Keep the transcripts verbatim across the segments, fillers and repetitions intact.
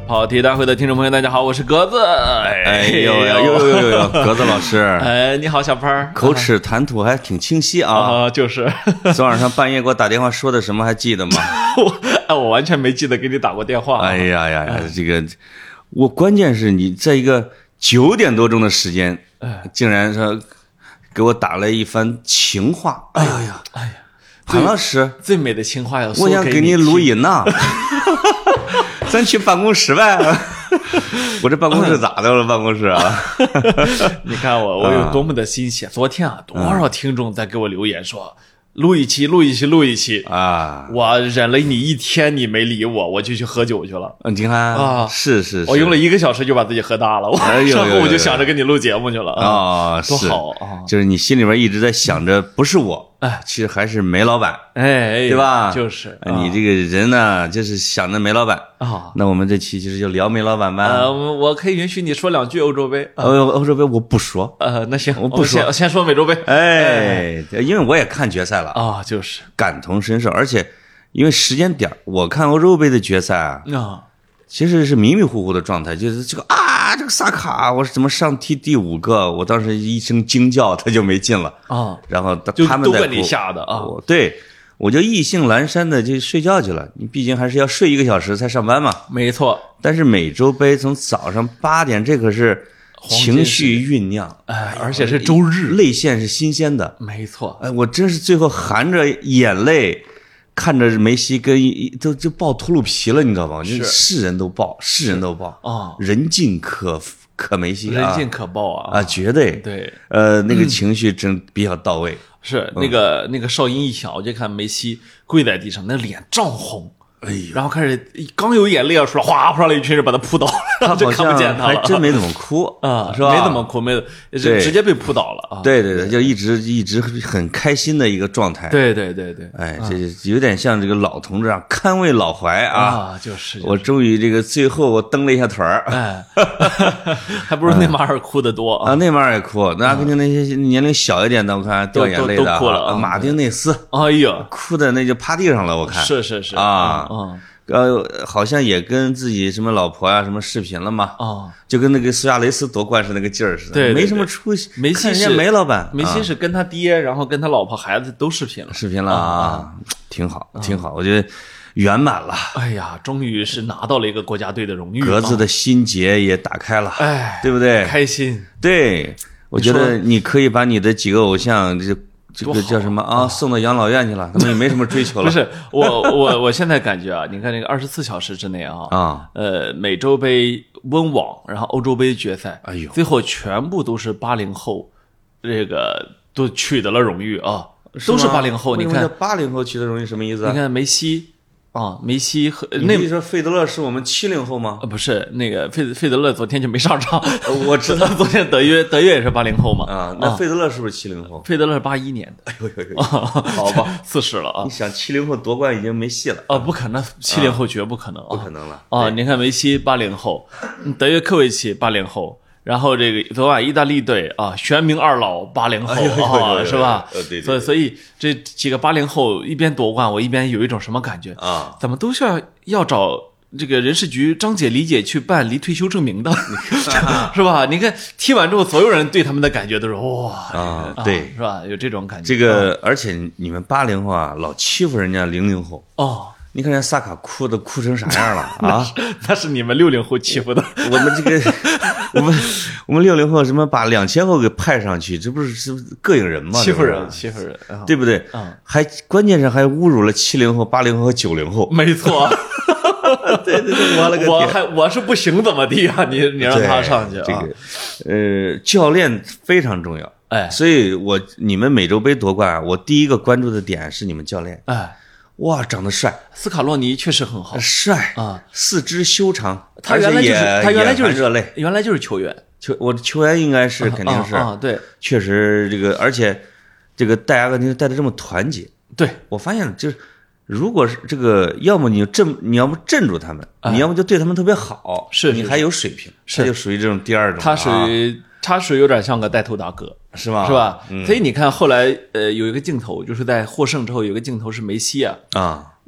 跑题大会的听众朋友，大家好，我是格子。 哎呦呦呦呦呦呦，格子老师， 哎，你好，小潘儿， 口齿谈吐还挺清晰啊。 啊，就是。 昨晚上半夜给我打电话说的什么还记得吗？ 我哎，我完全没记得给你打过电话。 哎呀呀呀，这个我关键是你在一个九点多钟的时间，竟然说给我打了一番情话。哎呀呀，哎呀，韩老师， 最美的情话要说我想给你录音呐。咱去办公室呗。我这办公室咋的了？办公室啊？ 你看我，我有多么的欣喜！昨天啊，多少听众在给我留言说。录一期，录一期，录一期啊！ 我忍了你一天，你没理我，我就去喝酒去了。 嗯，你看啊，是是是， 我用了一个小时就把自己喝大了。我上午我就想着跟你录节目去了啊， 多好啊！ 就是你心里边一直在想着，不是我，哎，其实还是梅老板， 哎， 对吧？ 就是你这个人呢，就是想着梅老板啊。 那我们这期其实就聊梅老板吧。 呃，我可以允许你说两句欧洲杯。 欧欧洲杯我不说。 呃，那行， 我不说， 先先说美洲杯。 哎，因为我也看决赛了啊，就是感同身受，而且因为时间点，我看欧洲杯的决赛啊， 啊， 其实是迷迷糊糊的状态，就是这个啊，这个萨卡，我是怎么上踢第五个？我当时一声惊叫，他就没进了啊， 然后就他们在都被你吓的啊， 对。我就意兴阑珊的就睡觉去了，你毕竟还是要睡一个小时才上班嘛。 没错。 但是美洲杯从早上八点，这可是情绪酝酿， 哎，而且是周日， 泪腺是新鲜的。 没错。 哎，我真是最后含着眼泪看着梅西跟都就爆秃噜皮了，你知道吧？ 是是人都爆，是人都爆啊， 人尽可可梅西， 人尽可爆啊啊，绝对对。 呃，那个情绪真比较到位。 是那个、嗯、那个哨音一响，我就看梅西跪在地上，那脸涨红， 哎呦， 然后开始刚有眼泪要出来，哗扑上来一群人把他扑倒了， 他就看不见他了， 还真没怎么哭啊， 是吧？ 没怎么哭，没怎么直接被扑倒了啊！ 对对对，就一直一直很开心的一个状态。 对对对对， 哎，这有点像这个老同志啊，堪慰老怀啊！ 啊，就是， 我终于这个最后我蹬了一下腿儿， 哎，还不如内马尔哭得多啊！内马尔也哭，那阿根廷那些年龄小一点的，我看掉眼泪的， 都哭了。 马丁内斯， 哎呦， 哭的那就趴地上了，我看是是是啊，嗯。呃，好像也跟自己什么老婆呀、啊、什么视频了嘛， 啊， 就跟那个苏亚雷斯夺冠是那个劲儿似的， 对， 没什么出息。 梅西是梅老板， 梅西是跟他爹，然后跟他老婆孩子都视频了， 视频了啊，挺好，挺好，我觉得圆满了。 哎呀，终于是拿到了一个国家队的荣誉， 格子的心结也打开了， 哎， 对不对？ 开心。 对，我觉得你可以把你的几个偶像这。这个叫什么啊？送到养老院去了，他们也没什么追求了。 不是我，我我现在感觉啊，你看那个二十四小时之内啊， 啊， 呃，美洲杯温网，然后欧洲杯决赛， 哎呦， 最后全部都是八零后，这个都取得了荣誉啊，都是八零后。你看八零后取得荣誉什么意思啊？ 你看梅西。啊，梅西和那你说费德勒是我们七零后吗？ 呃，不是，那个费费德勒昨天就没上场， 我知道昨天德约德约也是八零后嘛。 啊，那费德勒是不是七零后？ 费德勒是八一年的。 哎呦呦呦，好吧， 四十了啊！ 你想七零后夺冠已经没戏了啊，不可能，七零后绝不可能， 不可能了啊！你看梅西八零后，德约科维奇八零后。然后这个昨晚意大利队啊，玄冥二老八零后啊，是吧？ 对， 所以所以这几个八零后一边夺冠，我一边有一种什么感觉啊？ 怎么都是要要找这个人事局张姐、李姐去办离退休证明的，是吧？你看踢完之后，所有人对他们的感觉都是哇啊，对， 是吧？有这种感觉。 这个而且你们八零后啊，老欺负人家零零后哦。 你看人萨卡哭的哭成啥样了啊？ 那是你们六零后欺负的。 我们这个，我们我们六零后什么把两千后给派上去，这不是是膈应人吗？ 欺负人，欺负人， 对不对？ 嗯， 还关键是还侮辱了七零后、八零后和九零后。 没错。 对对对，我了个天！ 我还我是不行怎么地啊？你你让他上去啊？ 这个呃，教练非常重要。 哎， 所以我你们美洲杯夺冠，我第一个关注的点是你们教练。 哎。 哇，长得帅， 斯卡洛尼确实很好， 帅啊， 四肢修长， 他原来就是他原来就是热泪， 原来就是球员， 球我的球员应该是肯定是啊，对， 确实这个，而且这个带阿根廷带的这么团结， 对我发现就是，如果是这个，要么你镇，你要不镇住他们，你要么就对他们特别好， 是你还有水平， 是就属于这种第二种， 他属于。他是有点像个带头大哥， 是吧？ 是吧？ 嗯、 所以你看，后来呃有一个镜头，就是在获胜之后有一个镜头是梅西啊啊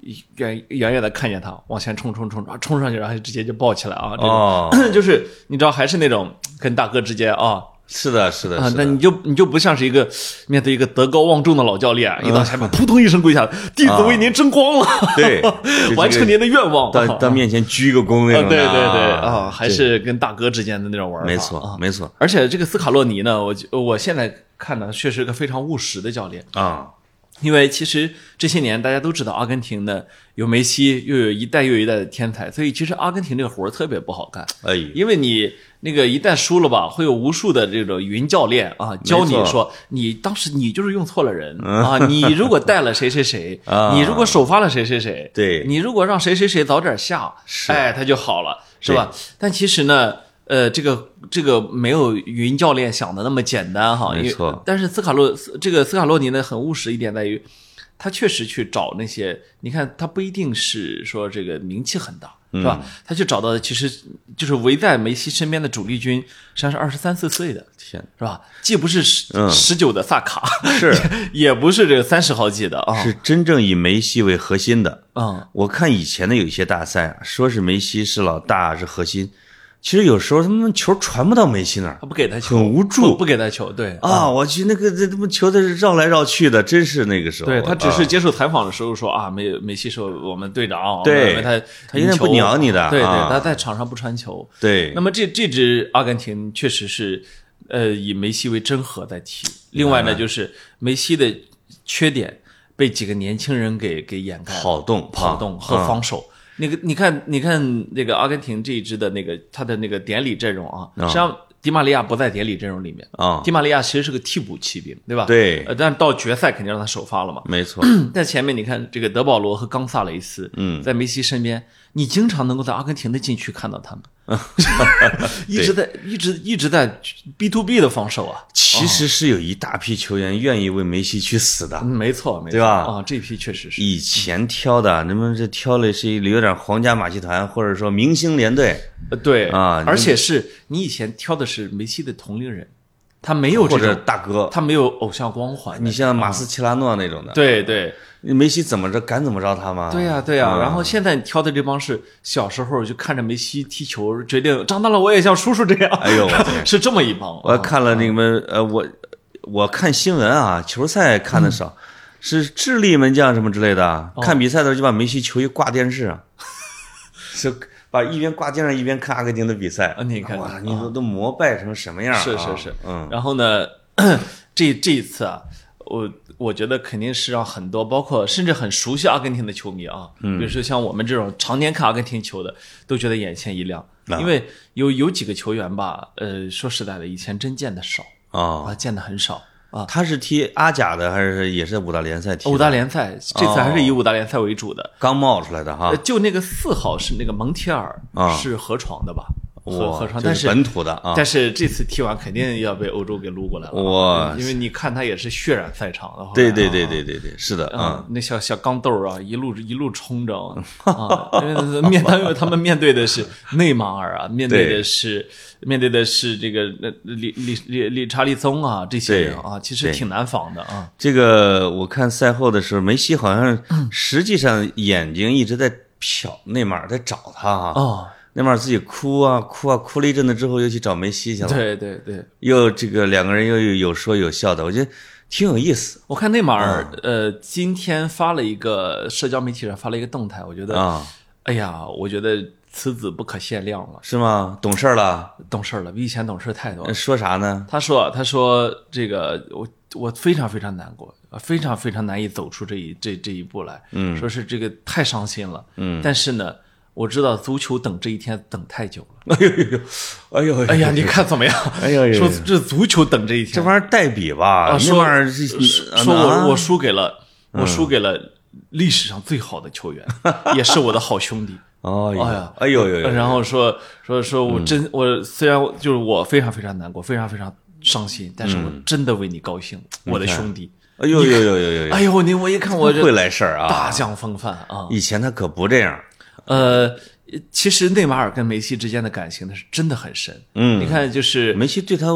远远远的看见他往前冲冲冲冲上去，然后直接就抱起来啊！ 哦， 就是你知道，还是那种跟大哥之间啊。 是的，是的， 啊， 是的。 那你就你就不像是一个面对一个德高望重的老教练，一到前面扑通一声跪下，弟子为您争光了， 对， 完成您的愿望， 到到面前鞠个躬那种的。 对对对啊，还是跟大哥之间的那种玩法。 没错，没错。 而且这个斯卡洛尼呢，我我现在看呢，确实是个非常务实的教练啊。 因为其实这些年大家都知道，阿根廷呢有梅西，又有一代又一代的天才，所以其实阿根廷这个活儿特别不好干。 哎， 因为你那个一旦输了吧，会有无数的这种云教练啊教你说，你当时你就是用错了人啊，你如果带了谁谁谁，你如果首发了谁谁谁， 对， 你如果让谁谁谁早点下，哎，他就好了，是吧？但其实呢。呃，这个这个没有云教练想的那么简单哈， 没错。 但是斯卡洛这个斯卡洛尼呢，很务实一点在于，他确实去找那些，你看他不一定是说这个名气很大，是吧？嗯、他去找到的其实就是围在梅西身边的主力军，实际上是二十三四岁的， 天， 是吧？既不是十十九的萨卡， 是也不是这个三十好几的啊， 是真正以梅西为核心的。 嗯， 我看以前的有一些大赛，说是梅西是老大是核心。其实有时候他们球传不到梅西那儿， 他不给他球， 很无助， 不, 不给他球，对啊，我去那个这他妈球在绕来绕去的，真是那个时候。 对他只是接受采访的时候说啊，梅梅西是我们队长， 对他他应该不鸟你的， 对对， 啊、 他在场上不传球。 对， 那么这这支阿根廷确实是呃以梅西为真核在踢，另外呢就是梅西的缺点被几个年轻人给给掩盖了， 跑动、 跑动和防守。那个，你看，你看那个阿根廷这一支的那个他的那个典礼阵容啊，实际上迪玛利亚不在典礼阵容里面啊。 迪玛利亚其实是个替补骑兵，对吧？ 对。 呃，但到决赛肯定让他首发了嘛。 没错。 在前面你看这个德保罗和冈萨雷斯， 嗯， 在梅西身边，你经常能够在阿根廷的禁区看到他们，一直在一直一直在 B to B 的防守啊。 其实是有一大批球员愿意为梅西去死的， 嗯、没错，没错， 对吧？ 啊，这批确实是以前挑的，你们这挑的是有点皇家马戏团，或者说明星联队， 呃，对啊， 而且是你以前挑的是梅西的同龄人。他没有这种或者大哥， 他没有偶像光环。 你像马斯切拉诺那种的， 对对， 梅西怎么着敢怎么着他吗？ 对呀对呀。然后现在你挑的这帮是小时候就看着梅西踢球，决定长大了我也像叔叔这样。 哎呦，我天， 是这么一帮。 我看了那个呃，我我看新闻啊，球赛看的少，是智利门将什么之类的，看比赛的时候就把梅西球衣挂电视上，是。把一边挂电视一边看阿根廷的比赛啊！你看， 哇，你说都膜拜成什么样？ 是是是， 嗯。 然后呢，这这一次啊，我我觉得肯定是让很多，包括甚至很熟悉阿根廷的球迷啊， 嗯， 比如说像我们这种常年看阿根廷球的，都觉得眼前一亮，因为有有几个球员吧，呃，说实在的，以前真见得少啊，见得很少。啊， 他是踢阿甲的，还是也是五大联赛踢的？ 五大联赛，这次还是以五大联赛为主的， 哦、刚冒出来的哈。 就那个四号是那个蒙提尔，是河床的吧？河河床，但是本土的啊。 但是这次踢完肯定要被欧洲给撸过来了。 哇！ 因为你看他也是血染赛场的。 对对对对对对，是的啊。那小小钢豆啊，一路一路冲着啊，面他们他们面对的是内马尔啊，面对的是。面对的是这个理理理理查利松啊，这些人啊，其实挺难防的啊。 这个我看赛后的时候，梅西好像实际上眼睛一直在瞟内马尔，在找他啊。 哦， 内马尔自己哭啊哭啊，哭了一阵子之后，又去找梅西去了。 对对对， 又这个两个人又有说有笑的，我觉得挺有意思。 我看内马尔、嗯、呃今天发了一个社交媒体上发了一个动态，我觉得啊，哎呀，我觉得。此子不可限量了， 是吗？懂事了， 懂事了，比以前懂事太多了。 说啥呢？ 他说：“他说这个我我非常非常难过，非常非常难以走出这一这这一步来。嗯，说是这个太伤心了。嗯，但是呢，我知道足球等这一天等太久了。 哎呦呦，哎呦， 哎呀，你看怎么样？ 哎呦， 说这足球等这一天， 这玩意儿代笔吧？ 啊， 这玩意儿说我我输给了我输给了历史上最好的球员，也是我的好兄弟。” 哦呀， 哎呦呦呦！ 然后说说说我真、嗯、我虽然就是我非常非常难过，非常非常伤心，但是我真的为你高兴，嗯、我的兄弟。 哎呦呦呦呦呦！ 哎呦，你我一看我这会来事儿啊， 大将风范啊！ 以前他可不这样。 呃，其实内马尔跟梅西之间的感情那是真的很深。 嗯， 你看就是梅西对他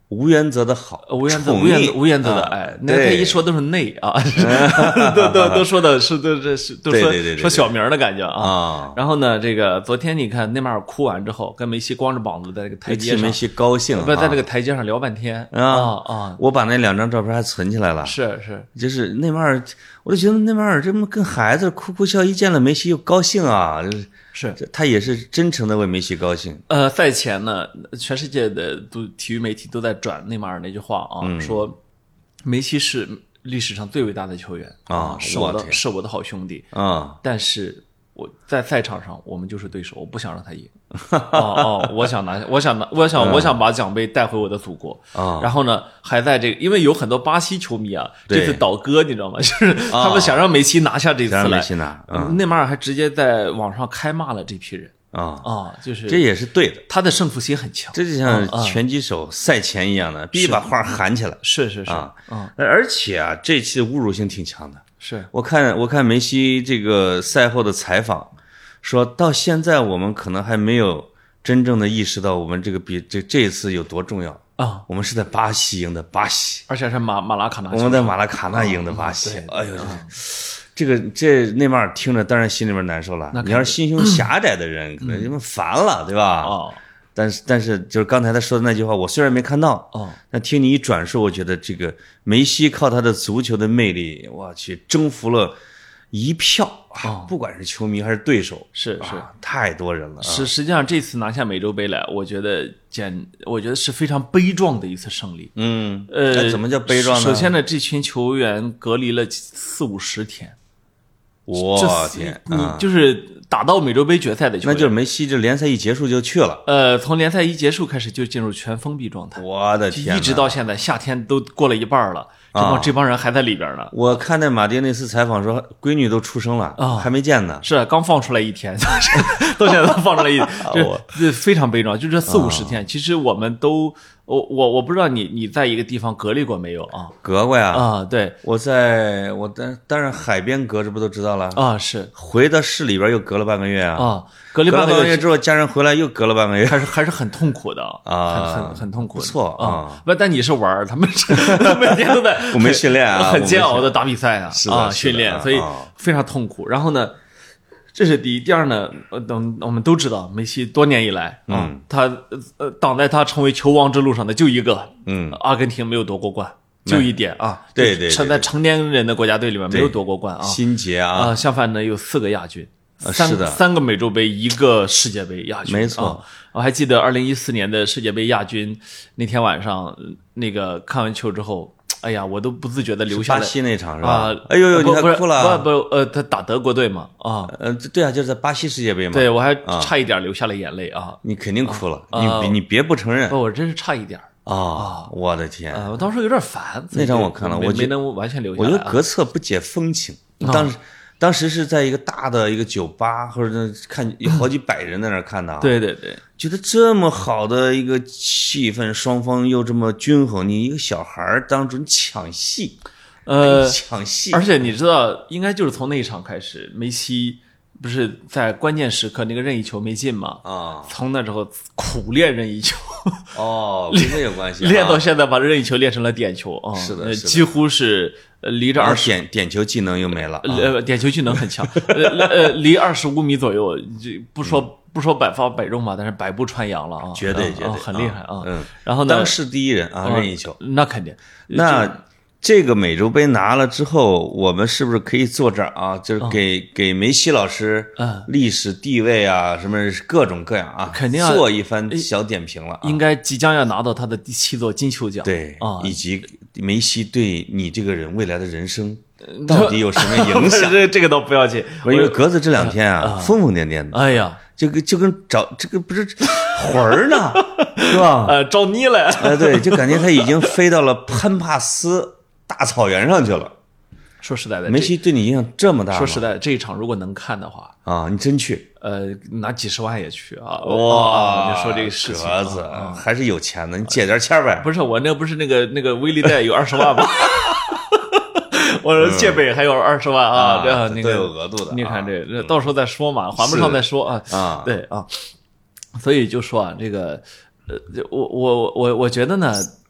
无原则的好， 无原则无原则无原则的爱，那他一说都是内啊，都都都说的是都这是都说说小名的感觉啊。然后呢，这个昨天你看内马尔哭完之后，跟梅西光着膀子在这个台阶上， 梅西高兴， 不在这个台阶上聊半天啊啊！ 我把那两张照片还存起来了， 是是， 就是内马尔，我就觉得内马尔这么跟孩子哭哭笑，一见了梅西又高兴啊，就是。 是， 他也是真诚的为梅西高兴。 呃，赛前呢，全世界的都体育媒体都在转内马尔那句话啊，嗯、说梅西是历史上最伟大的球员啊， 是我的是我的好兄弟啊， 但是我在赛场上我们就是对手，我不想让他赢。哦哦，我想拿，我想拿，我想，我想把奖杯带回我的祖国啊。 然后呢，还在这个，因为有很多巴西球迷啊，这次倒戈，你知道吗？就是他们想让梅西拿下这次来。 梅西拿， 内马尔还直接在网上开骂了这批人啊啊，就是这也是对的， 他的胜负心很强。 这就像拳击手赛前一样的，必须把话喊起来。 是是是啊，而且啊，这期的侮辱性挺强的。 是我看我看梅西这个赛后的采访。说到现在，我们可能还没有真正的意识到我们这个比这这一次有多重要啊！ 我们是在巴西赢的巴西， 而且是马马拉卡纳， 我们在马拉卡纳赢的巴西。 啊、 哎呦，这个这内马尔听着当然心里面难受了。你要是心胸狭窄的人，可能就烦了，对吧？ 哦。 但是但是就是刚才他说的那句话，我虽然没看到， 哦， 但听你一转述，我觉得这个梅西靠他的足球的魅力，我去征服了。一票啊，不管是球迷还是对手， 是是、 啊，太多人了。 实实际上这次拿下美洲杯来，我觉得简，我觉得是非常悲壮的一次胜利。 嗯， 呃， 怎么叫悲壮呢？ 首先呢，这群球员隔离了四五十天， 我天， 你就是打到美洲杯决赛的球员， 那就是梅西这联赛一结束就去了。 呃，从联赛一结束开始就进入全封闭状态。 我的天， 一直到现在，夏天都过了一半了。这帮、啊、这帮人还在里边呢。 我看那马丁内斯采访说，闺女都出生了啊，还没见呢。 是刚放出来一天，到现在都放出来一天，这非常悲壮。就这四五十天，啊、其实我们都，我我我不知道你你在一个地方隔离过没有啊？ 隔过呀。 啊，对， 我在我当当然海边隔着不都知道了啊？是回到市里边又隔了半个月啊。 啊，隔离半个月之后，家人回来又隔了半个月， 还是还是很痛苦的啊， 很很很痛苦。 不错啊，不，但你是玩他们是每天都在。 我没训练啊， 很煎熬的打比赛啊， 啊， 训练，所以非常痛苦。然后呢，这是第一，第二呢，等我们都知道，梅西多年以来啊，他呃挡在他成为球王之路上的就一个， 嗯， 阿根廷没有夺过冠，就一点啊， 对对， 在成年人的国家队里面没有夺过冠啊， 心结啊， 啊，相反呢有四个亚军。三是的， 三个美洲杯，一个世界杯亚军， 没错。 啊、我还记得二零一四年的世界杯亚军那天晚上，那个看完球之后，哎呀，我都不自觉的流下了。 巴西那场是吧？ 啊， 哎呦呦，你还哭了？ 不不呃，他打德国队嘛，啊， 呃，对啊，就是在巴西世界杯嘛。 对，我还差一点流下了眼泪啊。 你肯定哭了，你你别不承认。 不，我真是差一点啊！我的天， 我当时有点烦。 那场我看了，我没能完全流下来。 我觉得格策不解风情，当时。当时是在一个大的一个酒吧，或者看有好几百人在那看的、啊。 对对对， 觉得这么好的一个气氛，双方又这么均衡，你一个小孩当中抢戏， 呃， 抢戏。 而且你知道，应该就是从那一场开始，梅西不是在关键时刻那个任意球没进嘛？ 啊， 从那之后苦练任意球。 哦，跟这有关系、啊。 练到现在，把任意球练成了点球啊！ 是的， 几乎是。呃，离着二十点点球技能又没了， 呃，点球技能很强，呃呃，离二十五米左右，这不说、嗯、不说百发百中吧，但是百步穿杨了啊， 绝对绝对、 啊，很厉害啊。 嗯， 然后呢， 当世第一人啊，任意球， 那肯定。 那这个美洲杯拿了之后，我们是不是可以坐这儿啊？就是给、嗯、给梅西老师历史地位啊，什么各种各样啊， 肯定要做一番小点评了、啊。 应该即将要拿到他的第七座金球奖， 对啊， 以及梅西对你这个人未来的人生。到底有什么影响？ 这这个倒不要紧， 因为格子这两天啊，疯疯癫癫的。 哎呀， 这个就跟找这个不是魂儿呢，是吧？ 呃，找你了。 哎，对，就感觉他已经飞到了潘帕斯大草原上去了。 说实在的， 梅西对你影响这么大吗？ 说实在的，这一场如果能看的话啊，你真去？ 呃，拿几十万也去啊！ 哇， 你说这个事情， 格子还是有钱的，你借点钱呗。 不是我那不是那个那个微粒贷有二十万吗？我说借呗还有二十万啊，这那个都有额度的。 你看这这到时候再说嘛，还不上再说啊。 啊， 对啊，所以就说啊，这个呃，我我我我觉得呢，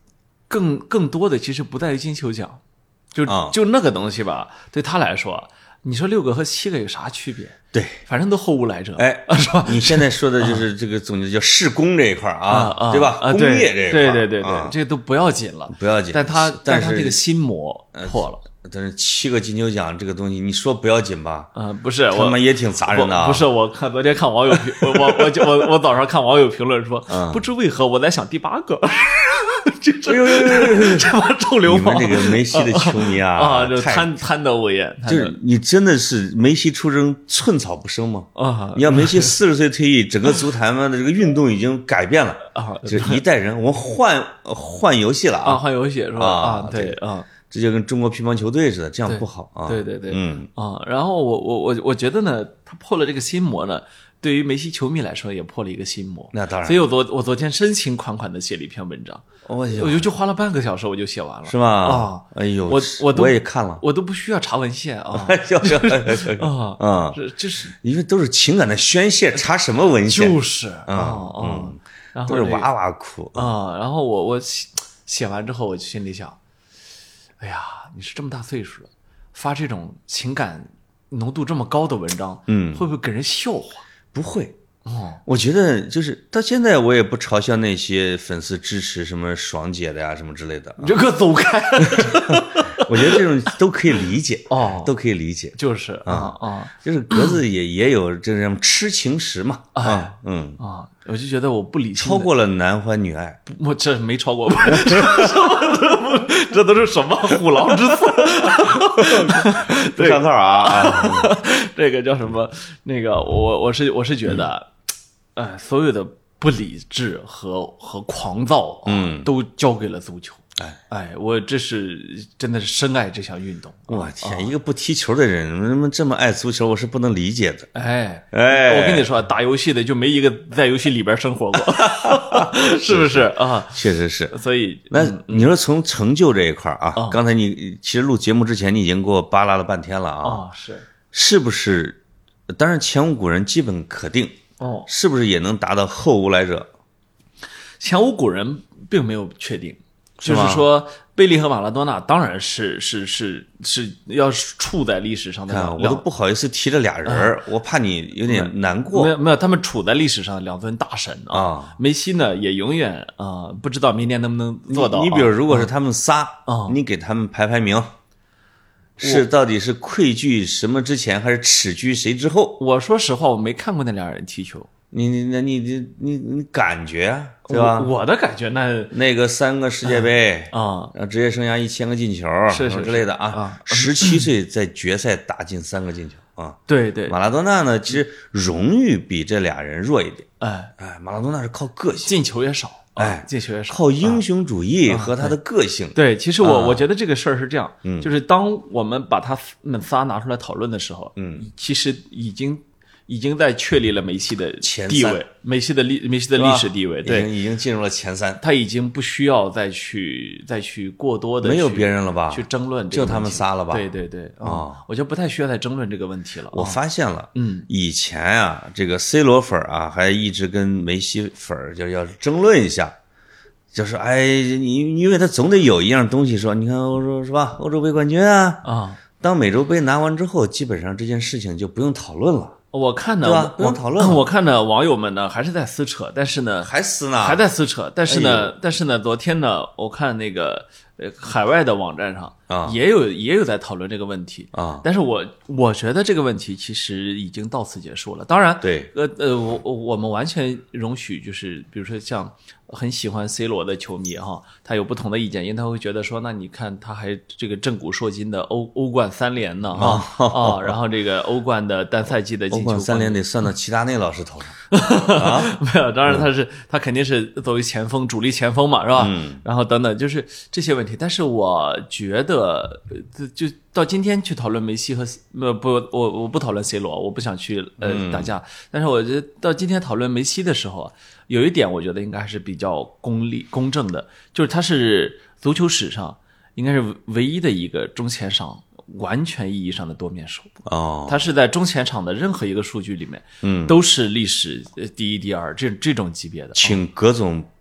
更更多的其实不在于金球奖，就、 啊、 就那个东西吧，对他来说，你说六个和七个有啥区别？ 对， 反正都后无来者， 哎， 是吧？ 你现在说的就是这个总结叫事工这一块啊， 啊对吧？ 啊， 工业这一块， 对对对对， 啊、 这个都不要紧了， 不要紧。 但他但是他这个心魔破了。 但是七个金球奖这个东西，你说不要紧吧？ 嗯、呃，不是， 他们也挺砸人的、啊。 不是，我看昨天看网友评，我我我我我早上看网友评论说， 嗯、 不知为何我在想第八个，这这哎呦呦呦这帮臭流氓！ 你们这个梅西的球迷啊， 啊，就贪贪得无厌， 就是你真的是梅西出征寸草不生吗？ 啊， 你要梅西四十岁退役，整个足坛嘛的这个运动已经改变了啊， 就一代人，我们换换游戏了啊， 换游戏是吧？啊，对啊。 这就跟中国乒乓球队似的，这样不好啊！ 对对对， 嗯啊，然后我我我我觉得呢，他破了这个心魔呢，对于梅西球迷来说也破了一个心魔。 那当然， 所以我昨我昨天深情款款的写了一篇文章， 我我就就花了半个小时我就写完了， 是吗？ 啊， 哎呦， 我我我也看了， 我都不需要查文献啊， 啊啊， 这就是因为都是情感的宣泄，查什么文献？ 就是啊啊，然后都是哇哇哭啊，然后我我写写完之后，我就心里想，哎呀。你是这么大岁数了，发这种情感浓度这么高的文章， 嗯， 会不会给人笑话？ 不会， 哦， 我觉得就是到现在我也不嘲笑那些粉丝支持什么爽姐的呀什么之类的， 你这个走开！ 我觉得这种都可以理解哦， 都可以理解， 就是啊啊， 就是格子也也有这种痴情时嘛，啊嗯啊，我就觉得我不理性， 超过了男欢女爱， 我这没超过，这都是什么虎狼之词？ 不上套啊！ 这个叫什么？那个我我是我是觉得，哎，所有的不理智和和狂躁， 嗯， 都交给了足球。 哎哎，我这是真的是深爱这项运动。 我天，一个不踢球的人，为什么这么爱足球？我是不能理解的。 哎哎， 我跟你说，打游戏的就没一个在游戏里边生活过，是不是啊？ 确实是。 所以， 那你说从成就这一块啊， 嗯、 刚才你其实录节目之前，你已经给我扒拉了半天了啊。 哦，是， 是不是？当然，前无古人基本可定。 哦， 是不是也能达到后无来者？ 前无古人并没有确定。就是说，贝利和马拉多纳当然是是是是要处在历史上的两， 我都不好意思提这俩人儿，我怕你有点难过。 没有没有，他们处在历史上的两尊大神啊。 梅西呢，也永远啊，不知道明年能不能做到。 你比如，如果是他们仨， 啊， 你给他们排排名，是到底是愧惧什么之前，还是耻居谁之后？ 我说实话，我没看过那俩人踢球。 你你那你你你你感觉对吧？ 我的感觉那那个三个世界杯啊， 职业生涯一千个进球是是之类的啊，十七岁在决赛打进三个进球啊， 对对。 马拉多纳呢，其实荣誉比这俩人弱一点， 哎哎，马拉多纳是靠个性， 进球也少， 哎， 进球也少， 靠英雄主义和他的个性。 对，其实我我觉得这个事儿是这样， 嗯， 就是当我们把他们仨拿出来讨论的时候， 嗯， 其实已经。已经在确立了梅西的地位，梅西的历梅西的历史地位，对， 已经已经进入了前三， 他已经不需要再去再去过多的没有别人了吧？ 去争论， 就他们仨了吧？ 对对对，啊、 哦， 我就不太需要再争论这个问题了。 我发现了， 嗯， 以前啊，这个 C 罗粉啊，还一直跟梅西粉就要争论一下，就是哎，你因为他总得有一样东西说，你看欧洲是吧？欧洲杯冠军啊， 啊， 当美洲杯拿完之后，基本上这件事情就不用讨论了。 我看呢， 不用讨论。 我看呢，网友们呢还是在撕扯，但是呢， 还撕呢， 还在撕扯。但是呢， 哎、 但是呢，昨天呢，我看那个呃海外的网站上啊， 也有也有在讨论这个问题啊。 但是我我觉得这个问题其实已经到此结束了。当然， 对， 呃呃，我我们完全容许，就是比如说像很喜欢 C 罗的球迷哈，他有不同的意见，因为他会觉得说，那你看他还这个震古烁今的欧欧冠三连呢啊啊，然后这个欧冠的单赛季的进球， 欧冠三连得算到齐达内老师头上。 啊，没有，当然他是、嗯、他肯定是作为前锋，主力前锋嘛，是吧？ 嗯， 然后等等，就是这些问题。但是我觉得，就到今天去讨论梅西和呃不，我我不讨论 C 罗，我不想去呃打架。 嗯、 但是我觉得到今天讨论梅西的时候，有一点我觉得应该还是比较公立公正的，就是他是足球史上应该是唯一的一个中前场。完全意义上的多面手哦， 他是在中前场的任何一个数据里面， 嗯， 都是历史第一、第二这这种级别的。 请葛总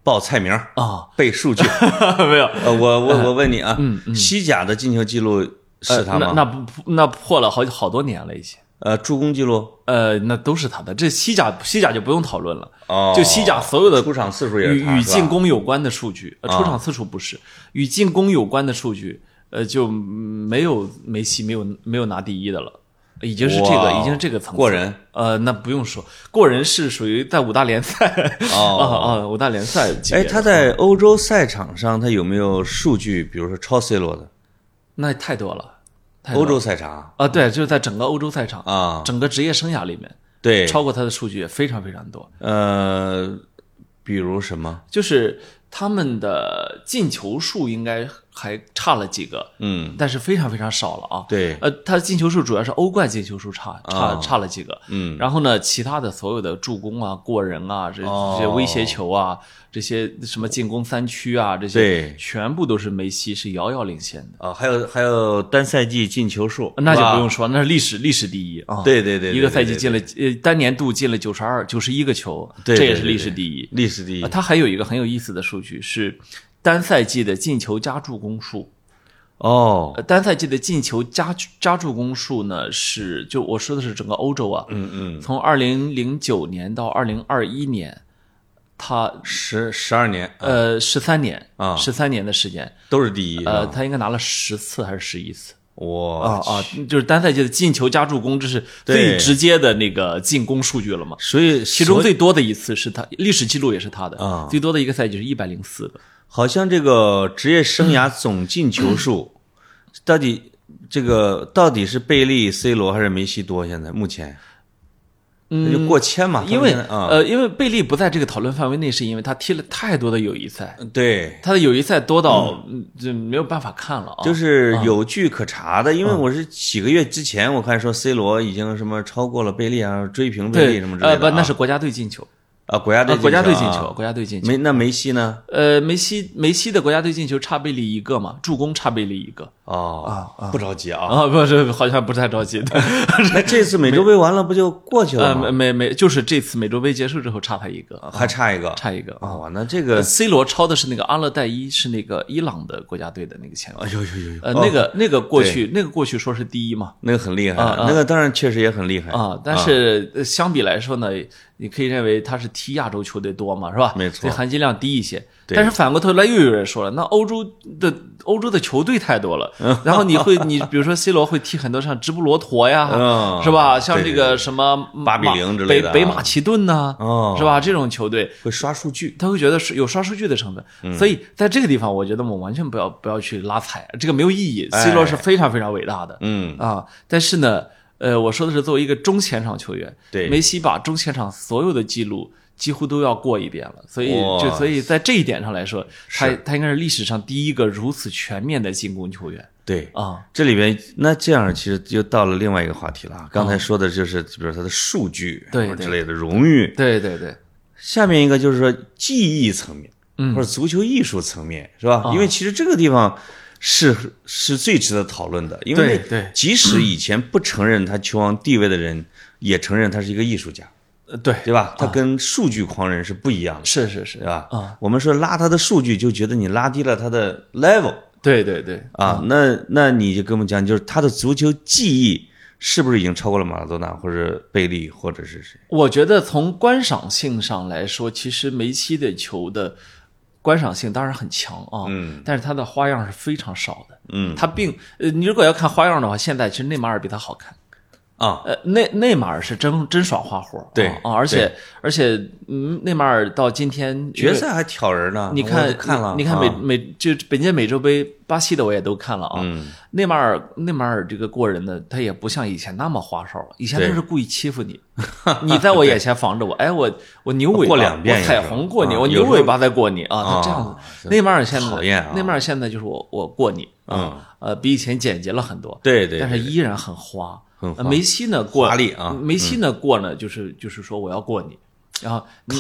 报菜名啊， 背数据。 没有， 呃，我我我问你啊， 嗯嗯西甲的进球记录是他吗？ 呃、那那不那破了好好多年了已经。 呃，助攻记录， 呃，那都是他的。这西甲西甲就不用讨论了， 哦， 就西甲所有的出场次数也是与与进攻有关的数据，呃， 啊出场次数不是，与进攻有关的数据，呃，就没有梅西没有没有拿第一的了，已经是这个已经是这个层次过人。 呃，那不用说，过人是属于在五大联赛哦啊啊，五大联赛级别哎， 的。 他在欧洲赛场上，他有没有数据，比如说超 C 罗的？ 那太多了。 欧洲赛场啊，对，就是在整个欧洲赛场啊， 整个职业生涯里面， 对， 超过他的数据也非常非常多。 呃，比如什么？ 就是他们的进球数应该还差了几个， 嗯， 但是非常非常少了啊。 对， 呃，他的进球数主要是欧冠进球数差差、 啊、 差了几个， 嗯， 然后呢，其他的所有的助攻啊、过人啊、这这些威胁球啊、这些什么进攻三区啊，这些对， 全部都是梅西是遥遥领先的啊。还有还有单赛季进球数， 那就不用说，那是历史历史第一啊。 对对对， 一个赛季进了呃单年度进了九十二九十一个球， 对， 这也是历史第一， 历史第一。 他还有一个很有意思的数据是单赛季的进球加助攻数。 哦， 单赛季的进球加加助攻数呢是，就我说的是整个欧洲啊， 嗯嗯， 从二零零九年到二零二一年，他十十二年， 呃十三年啊， 十三年的时间都是第一， 呃，他应该拿了十次还是十一次？ 哇啊啊，就是单赛季的进球加助攻，这是最直接的那个进攻数据了嘛？ 所以其中最多的一次是他历史记录也是他的啊， 最多的一个赛季是一百零四个。 好像这个职业生涯总进球数，到底这个到底是贝利、C 罗还是梅西多？现在目前，那就过千嘛。 因为啊、 呃，因为贝利不在这个讨论范围内，是因为他踢了太多的友谊赛， 对， 他的友谊赛多到就没有办法看了啊。 就是有据可查的，因为我是几个月之前我看说 C 罗已经什么超过了贝利啊，追平贝利什么之类的、啊。 呃，不，那是国家队进球。 啊，国家队、啊、 国家队进球，国家队进球。 梅那梅西呢？ 呃，梅西梅西的国家队进球差贝利一个嘛，助攻差贝利一个。 哦啊，不着急啊啊，不是，好像不太着急。 那这次美洲杯完了不就过去了吗？ 呃，没没，就是这次美洲杯结束之后差他一个， 还差一个， 差一个啊、哦。那这个 C 罗超的是那个阿勒代伊，是那个伊朗的国家队的那个前锋。 哎呦呦呦！ 呃，那个那个过去那个过去说是第一嘛， 那个很厉害， 啊、 那个当然确实也很厉害啊。但是相比来说呢，你可以认为他是踢亚洲球队多嘛，是吧？ 没错， 所以含金量低一些。但是反过头来又有人说了，那欧洲的欧洲的球队太多了，然后你会你比如说 C 罗会踢很多像直布罗陀呀， 嗯、 是吧？像这个什么八比零之类的， 北北马其顿呐、 啊哦， 是吧？这种球队会刷数据， 他会觉得是有刷数据的成分。 嗯、 所以在这个地方，我觉得我们完全不要不要去拉踩，这个没有意义。C 罗是非常非常伟大的， 嗯啊，但是呢，呃，我说的是作为一个中前场球员， 对梅西把中前场所有的记录几乎都要过一遍了，所以就所以在这一点上来说，他他应该是历史上第一个如此全面的进攻球员。 对啊， 这里边那这样其实就到了另外一个话题了。刚才说的就是比如他的数据对之类的荣誉， 对对对。 下面一个就是说技艺层面， 嗯， 或者足球艺术层面，是吧？因为其实这个地方是是最值得讨论的，因为对， 即使以前不承认他球王地位的人，也承认他是一个艺术家。 呃，对对吧？他跟数据狂人是不一样的， 是是是， 对吧？ 啊， 我们说拉他的数据，就觉得你拉低了他的 level。 对对对， 啊，那那你就跟我们讲，就是他的足球技艺是不是已经超过了马拉多纳或者贝利或者是谁？ 我觉得从观赏性上来说，其实梅西的球的观赏性当然很强啊， 嗯， 但是他的花样是非常少的， 嗯， 他并呃，你如果要看花样的话，现在其实内马尔比他好看。 啊， 呃，内内马尔是真真耍花活， 对啊，而且而且，嗯，内马尔到今天决赛还挑人呢， 你看看了， 你看美啊美就本届美洲杯巴西的我也都看了啊， 嗯， 内马尔内马尔这个过人的，他也不像以前那么花哨了，以前都是故意欺负你，你在我眼前防着我，哎，我我牛尾巴过两遍， 我彩虹过你， 啊、 我牛尾巴再过你啊，他这样子， 子。内马尔现在讨厌啊， 内马尔现在就是我我过你啊，呃，比以前简洁了很多， 对对， 但是依然很花。 很梅西呢过华丽啊， 梅西呢过呢就是就是说我要过你，然后康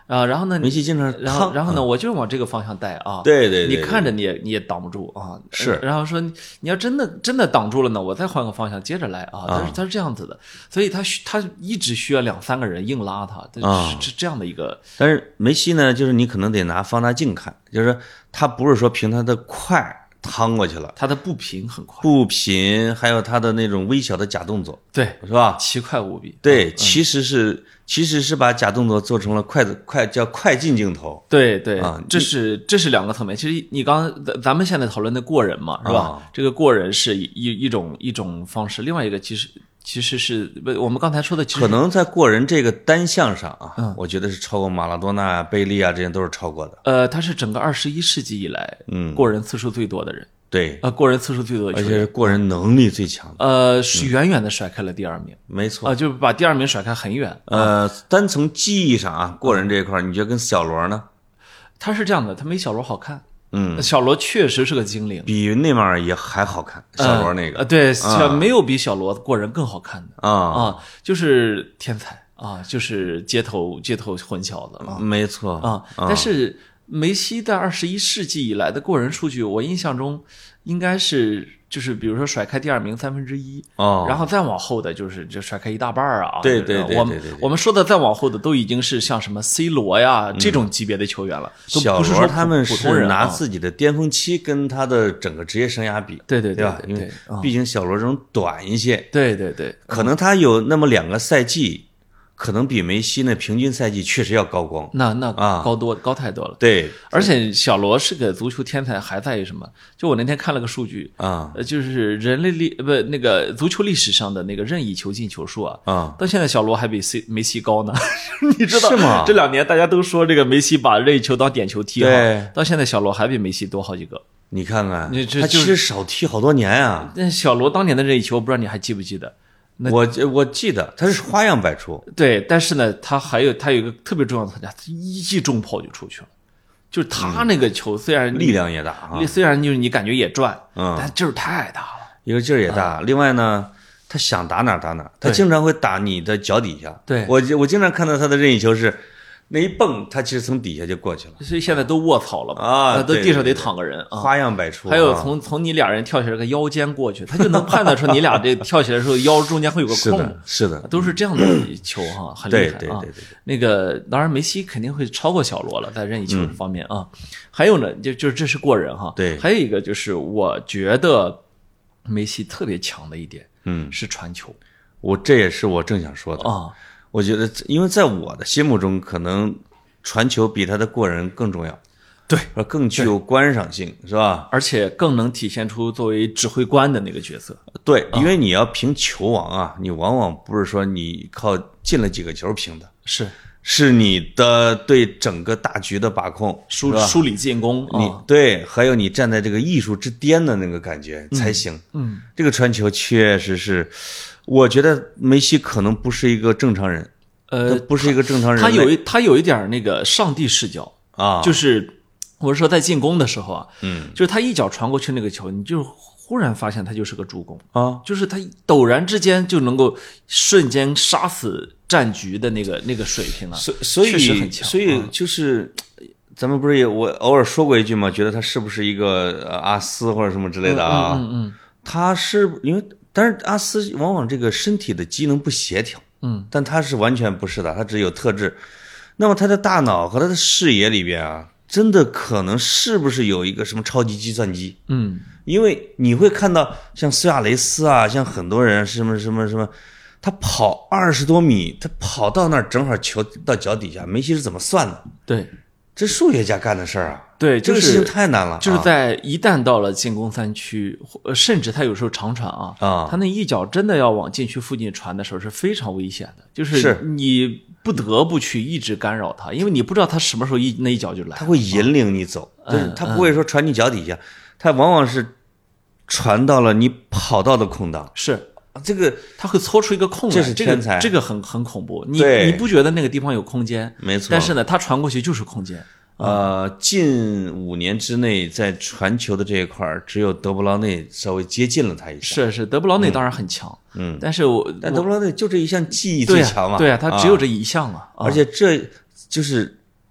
啊，然后呢， 梅西经常然后然后呢，我就往这个方向带啊， 对对对， 你看着你也你也挡不住啊， 是， 然后说你要真的真的挡住了呢，我再换个方向接着来啊，他是他是这样子的，所以他他一直需要两三个人硬拉他，是这样的一个。 但是梅西呢，就是你可能得拿放大镜看，就是他不是说凭他的快趟过去了， 他的步频很快， 步频还有他的那种微小的假动作， 对， 是吧？ 奇快无比。 对，其实是其实是把假动作做成了快的快叫快进镜头。 对对， 啊， 这是这是两个层面。其实你刚咱咱们现在讨论的过人嘛，是吧？这个过人是一一种一种方式，另外一个其实。其实是不，我们刚才说的， 可能在过人这个单项上啊，嗯，我觉得是超过马拉多纳啊、贝利啊，这些都是超过的。 呃，他是整个二十一世纪以来，嗯，过人次数最多的人。 对， 呃，过人次数最多的， 而且是过人能力最强的。 呃，是远远的甩开了第二名。 没错， 啊，就把第二名甩开很远。 呃，单从技艺上啊，过人这一块，你觉得跟小罗呢？ 他是这样的，他没小罗好看。 嗯， 小罗确实是个精灵， 比内马尔也还好看。小罗那个， 呃，对，小没有比小罗过人更好看的啊啊，就是天才啊，就是街头街头混小子啊， 没错啊。但是梅西在二十一世纪以来的过人数据，我印象中应该是就是比如说甩开第二名三分之一哦， 然后再往后的就是就甩开一大半啊。 对对对， 我们我们说的再往后的都已经是像什么 C 罗呀这种级别的球员了。 小罗他们是拿自己的巅峰期跟他的整个职业生涯比， 对对对吧？因为毕竟小罗这种短一些， 对对对， 可能他有那么两个赛季。可能比梅西那平均赛季确实要高光， 那那啊高多、啊、高太多了。 对， 而且小罗是个足球天才，还在于什么？就我那天看了个数据啊， 呃，就是人类历不那个足球历史上的那个任意球进球数啊， 啊， 到现在小罗还比 C 梅西高呢。你知道是吗？ 这两年大家都说这个梅西把任意球当点球踢， 对， 到现在小罗还比梅西多好几个。 你看看， 你这他其实少踢好多年啊。 那小罗当年的任意球，不知道你还记不记得？ 我我记得他是花样百出， 对，但是呢，他还有他有一个特别重要的特点，他一记重炮就出去了，就是他那个球虽然、 嗯、力量也大啊， 虽然就是你感觉也转， 嗯， 但劲儿太大了， 一个劲儿也大。嗯、另外呢，他想打哪打哪，他经常会打你的脚底下。 对， 我我经常看到他的任意球是。那一蹦，他其实从底下就过去了， 所以现在都卧槽了嘛啊， 都地上得躺个人啊， 花样百出。 还有从从你俩人跳起来个腰间过去，他就能判断出你俩这跳起来的时候腰中间会有个空， 是的，是的， 都是这样的球哈，很厉害啊。 对对对对， 那个当然梅西肯定会超过小罗了，在任意球方面啊。还有呢，就就是这是过人哈， 对。 还有一个就是我觉得梅西特别强的一点， 嗯， 是传球。 我这也是我正想说的啊， 我觉得因为在我的心目中可能。传球比他的过人更重要， 对， 更具有观赏性，是吧？ 而且更能体现出作为指挥官的那个角色。 对，因为你要评球王啊，你往往不是说你靠进了几个球评的， 是是你的对整个大局的把控， 梳梳理进攻， 你对，还有你站在这个艺术之巅的那个感觉才行。 嗯， 这个传球确实是，我觉得梅西可能不是一个正常人。 呃， 不是一个正常人， 他有一他有一点那个上帝视角啊， 就是我是说在进攻的时候啊， 嗯， 就是他一脚传过去那个球，你就忽然发现他就是个助攻啊， 就是他陡然之间就能够瞬间杀死战局的那个那个水平啊， 所所以确实很强， 所以就是咱们不是也我偶尔说过一句嘛，觉得他是不是一个阿斯或者什么之类的啊？ 嗯嗯嗯， 他是因为但是阿斯往往这个身体的机能不协调。 嗯， 但他是完全不是的，他只有特质。那么他的大脑和他的视野里边啊，真的可能是不是有一个什么超级计算机？ 嗯， 因为你会看到像苏亚雷斯啊，像很多人什么什么什么，他跑二十多米，他跑到那儿正好球到脚底下，梅西是怎么算的？ 对， 这数学家干的事儿啊。 对， 这个事情太难了。 就是在一旦到了进攻三区，甚至他有时候长传啊， 啊， 他那一脚真的要往禁区附近传的时候是非常危险的，就是你不得不去一直干扰他，因为你不知道他什么时候一那一脚就来， 他会引领你走， 啊、 就是他不会说传你脚底下，嗯、他往往是传到了你跑道的空档， 是。 这个他会搓出一个空来， 这是天才， 这个、这个很很恐怖。你你不觉得那个地方有空间？ 没错。 但是呢，他传过去就是空间。 呃，近五年之内，在传球的这一块只有德布劳内稍微接近了他一下。 是是，德布劳内当然很强， 嗯， 但是我但德布劳内就这一项技艺最强嘛， 对啊，他只有这一项嘛。 而且这就是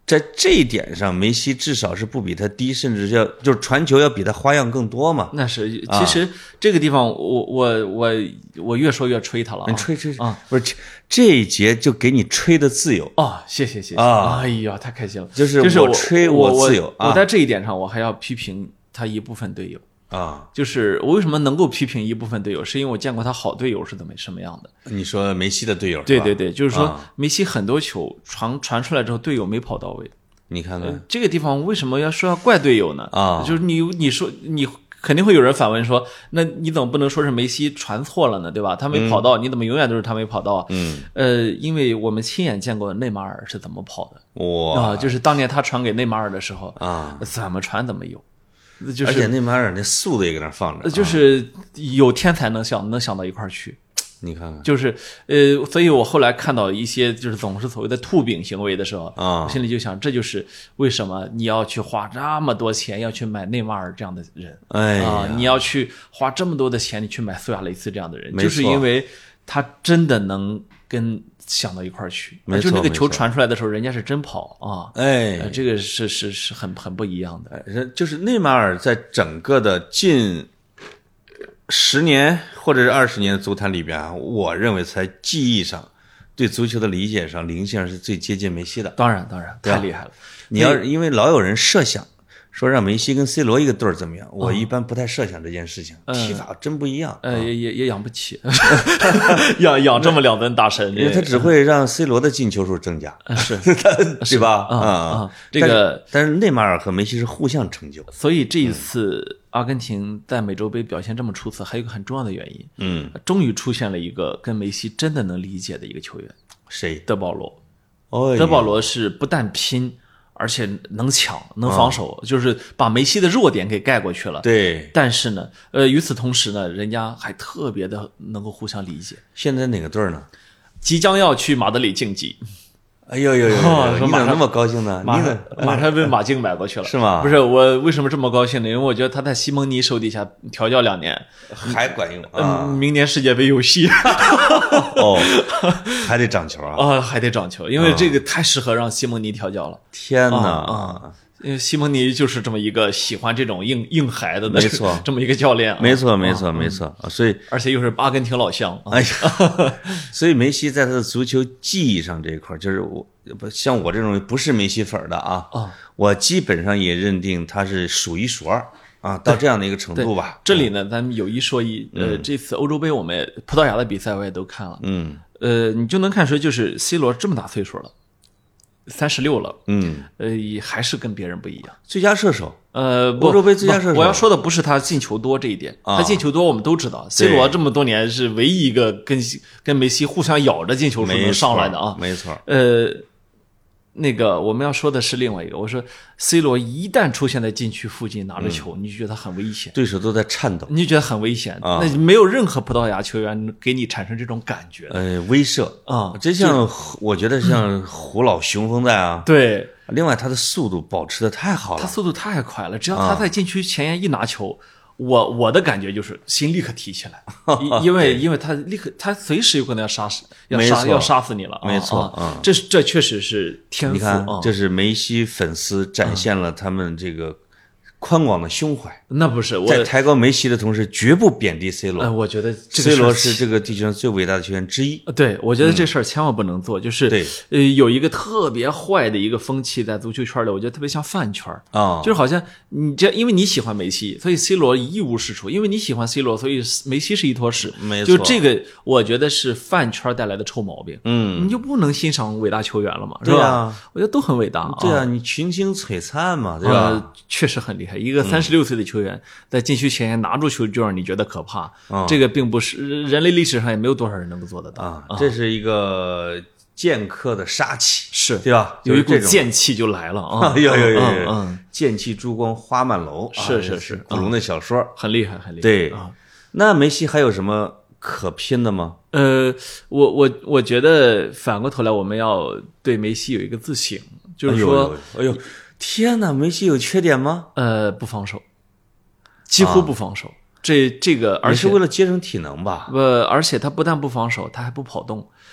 在这一点上，梅西至少是不比他低，甚至要就是传球要比他花样更多嘛。 那是，其实这个地方我我我我越说越吹他了、啊， 吹吹啊， 不是这这一节就给你吹的自由哦，谢谢谢谢啊！ 哎呀，太开心了， 就是就是我吹我自由， 我在这一点上我还要批评他一部分队友。 啊， 就是我为什么能够批评一部分队友，是因为我见过他好队友是怎么什么样的。 你说梅西的队友， 对对对，就是说、 啊、 梅西很多球传传出来之后，队友没跑到位。 你看看、 呃、这个地方为什么要说要怪队友呢？ 啊， 就是你你说你肯定会有人反问说，那你怎么不能说是梅西传错了呢？对吧？他没跑到，嗯、你怎么永远都是他没跑到？ 嗯， 呃，因为我们亲眼见过内马尔是怎么跑的。 哇啊，就是当年他传给内马尔的时候啊， 怎么传怎么有。就是、 而且内马尔那速度也搁那放着， 就是有天才能想能想到一块儿去。 你看看， 就是呃，所以我后来看到一些就是总是所谓的吐饼行为的时候啊， 我心里就想，这就是为什么你要去花这么多钱要去买内马尔这样的人， 哎啊，你要去花这么多的钱你去买苏亚雷斯这样的人， 没错， 就是因为他真的能跟想到一块儿去， 没错， 就那个球传出来的时候，人家是真跑啊， 哎， 呃、这个是是是很很不一样的。 就是内马尔在整个的近十年或者是二十年的足坛里边啊，我认为在技艺上、对足球的理解上、灵性上是最接近梅西的。 当然，当然，太厉害了。 你要因为老有人设想说让梅西跟 C 罗一个队儿怎么样，我一般不太设想这件事情， 嗯、 踢法真不一样。 呃，也也也养不起，养养这么两尊大神， 因为他只会让 C 罗的进球数增加， 是， 对吧？ 啊啊，这个， 但是内马尔和梅西是互相成就。 所以这一次阿根廷在美洲杯表现这么出色，还有一个很重要的原因， 嗯， 终于出现了一个跟梅西真的能理解的一个球员， 谁？ 德保罗。 哦， 德保罗是不但拼。而且能抢能防守、嗯、就是把梅西的弱点给盖过去了。 对， 但是呢呃，与此同时呢，人家还特别的能够互相理解。 现在哪个队呢？ 即将要去马德里竞技。 哎呦呦呦！ 哦、 你怎么那么高兴呢？ 马上马上被马竞买过去了， 是吗？ 不是，我为什么这么高兴呢？因为我觉得他在西蒙尼手底下调教两年， 还管用啊、嗯！明年世界杯有戏哦，还得长球啊！ 啊、哦，还得长球，因为这个太适合让西蒙尼调教了。 天哪！ 啊因为西蒙尼就是这么一个喜欢这种硬硬孩子的， 没错， 这么一个教练、啊， 没错，没错，没错啊！所以， 而且又是阿根廷老乡， 哎呀，所以梅西在他的足球技艺上这一块，就是我不像我这种不是梅西粉的啊， 啊， 我基本上也认定他是数一数二啊，到这样的一个程度吧。 这里呢，咱们有一说一，呃，这次欧洲杯我们也葡萄牙的比赛我也都看了， 嗯， 呃，你就能看出就是 C 罗这么大岁数了。三十六了， 嗯， 呃，还是跟别人不一样。 最佳射手， 呃， 欧洲杯最佳射手。 我要说的不是他进球多这一点， 啊、 他进球多我们都知道。C 罗这么多年是唯一一个跟跟梅西互相咬着进球数能上来的啊， 没错。 呃，那个我们要说的是另外一个，我说 C 罗一旦出现在禁区附近拿着球， 嗯、 你就觉得他很危险， 对手都在颤抖， 你就觉得很危险。 啊、 那没有任何葡萄牙球员给你产生这种感觉。 呃，威慑啊， 这像我觉得像虎老雄风在啊。 对。 另外，他的速度保持的太好了， 他速度太快了，只要他在禁区前沿一拿球。啊我我的感觉就是心立刻提起来，因为因为他立刻他随时有可能要杀死要杀要杀死你了， 没错， 啊，这是这确实是天赋。 你看，这是梅西粉丝展现了他们这个宽广的胸怀。 那不是在抬高梅西的同时，绝不贬低 C 罗。 呃，我觉得 C 罗是这个地球上最伟大的球员之一。 对，我觉得这事儿千万不能做。就是对， 呃，有一个特别坏的一个风气在足球圈里，我觉得特别像饭圈啊， 就是好像你这因为你喜欢梅西，所以 C 罗一无是处；因为你喜欢 C 罗，所以梅西是一坨屎。 没错， 就这个，我觉得是饭圈带来的臭毛病。 嗯， 你就不能欣赏伟大球员了嘛？ 对啊， 我觉得都很伟大。 对啊，你群星璀璨嘛，对吧？ 确实很厉害，一个三十六岁的球员在禁区前沿拿住球就让你觉得可怕， 嗯、 这个并不是人类历史上也没有多少人能够做得到啊。这是一个剑客的杀气， 是对吧？ 有一股剑气就来了啊！ 有有有有，嗯， 剑气珠光花满楼， 是是是， 古龙的小说很厉害，很厉害。 对啊， 那梅西还有什么可拼的吗？ 呃，我我我觉得反过头来，我们要对梅西有一个自省，就是说， 哎呦，天哪，梅西有缺点吗？ 呃，不防守，几乎不防守。这这个，而且是为了节省体能吧？ 呃，而且他不但不防守，他还不跑动。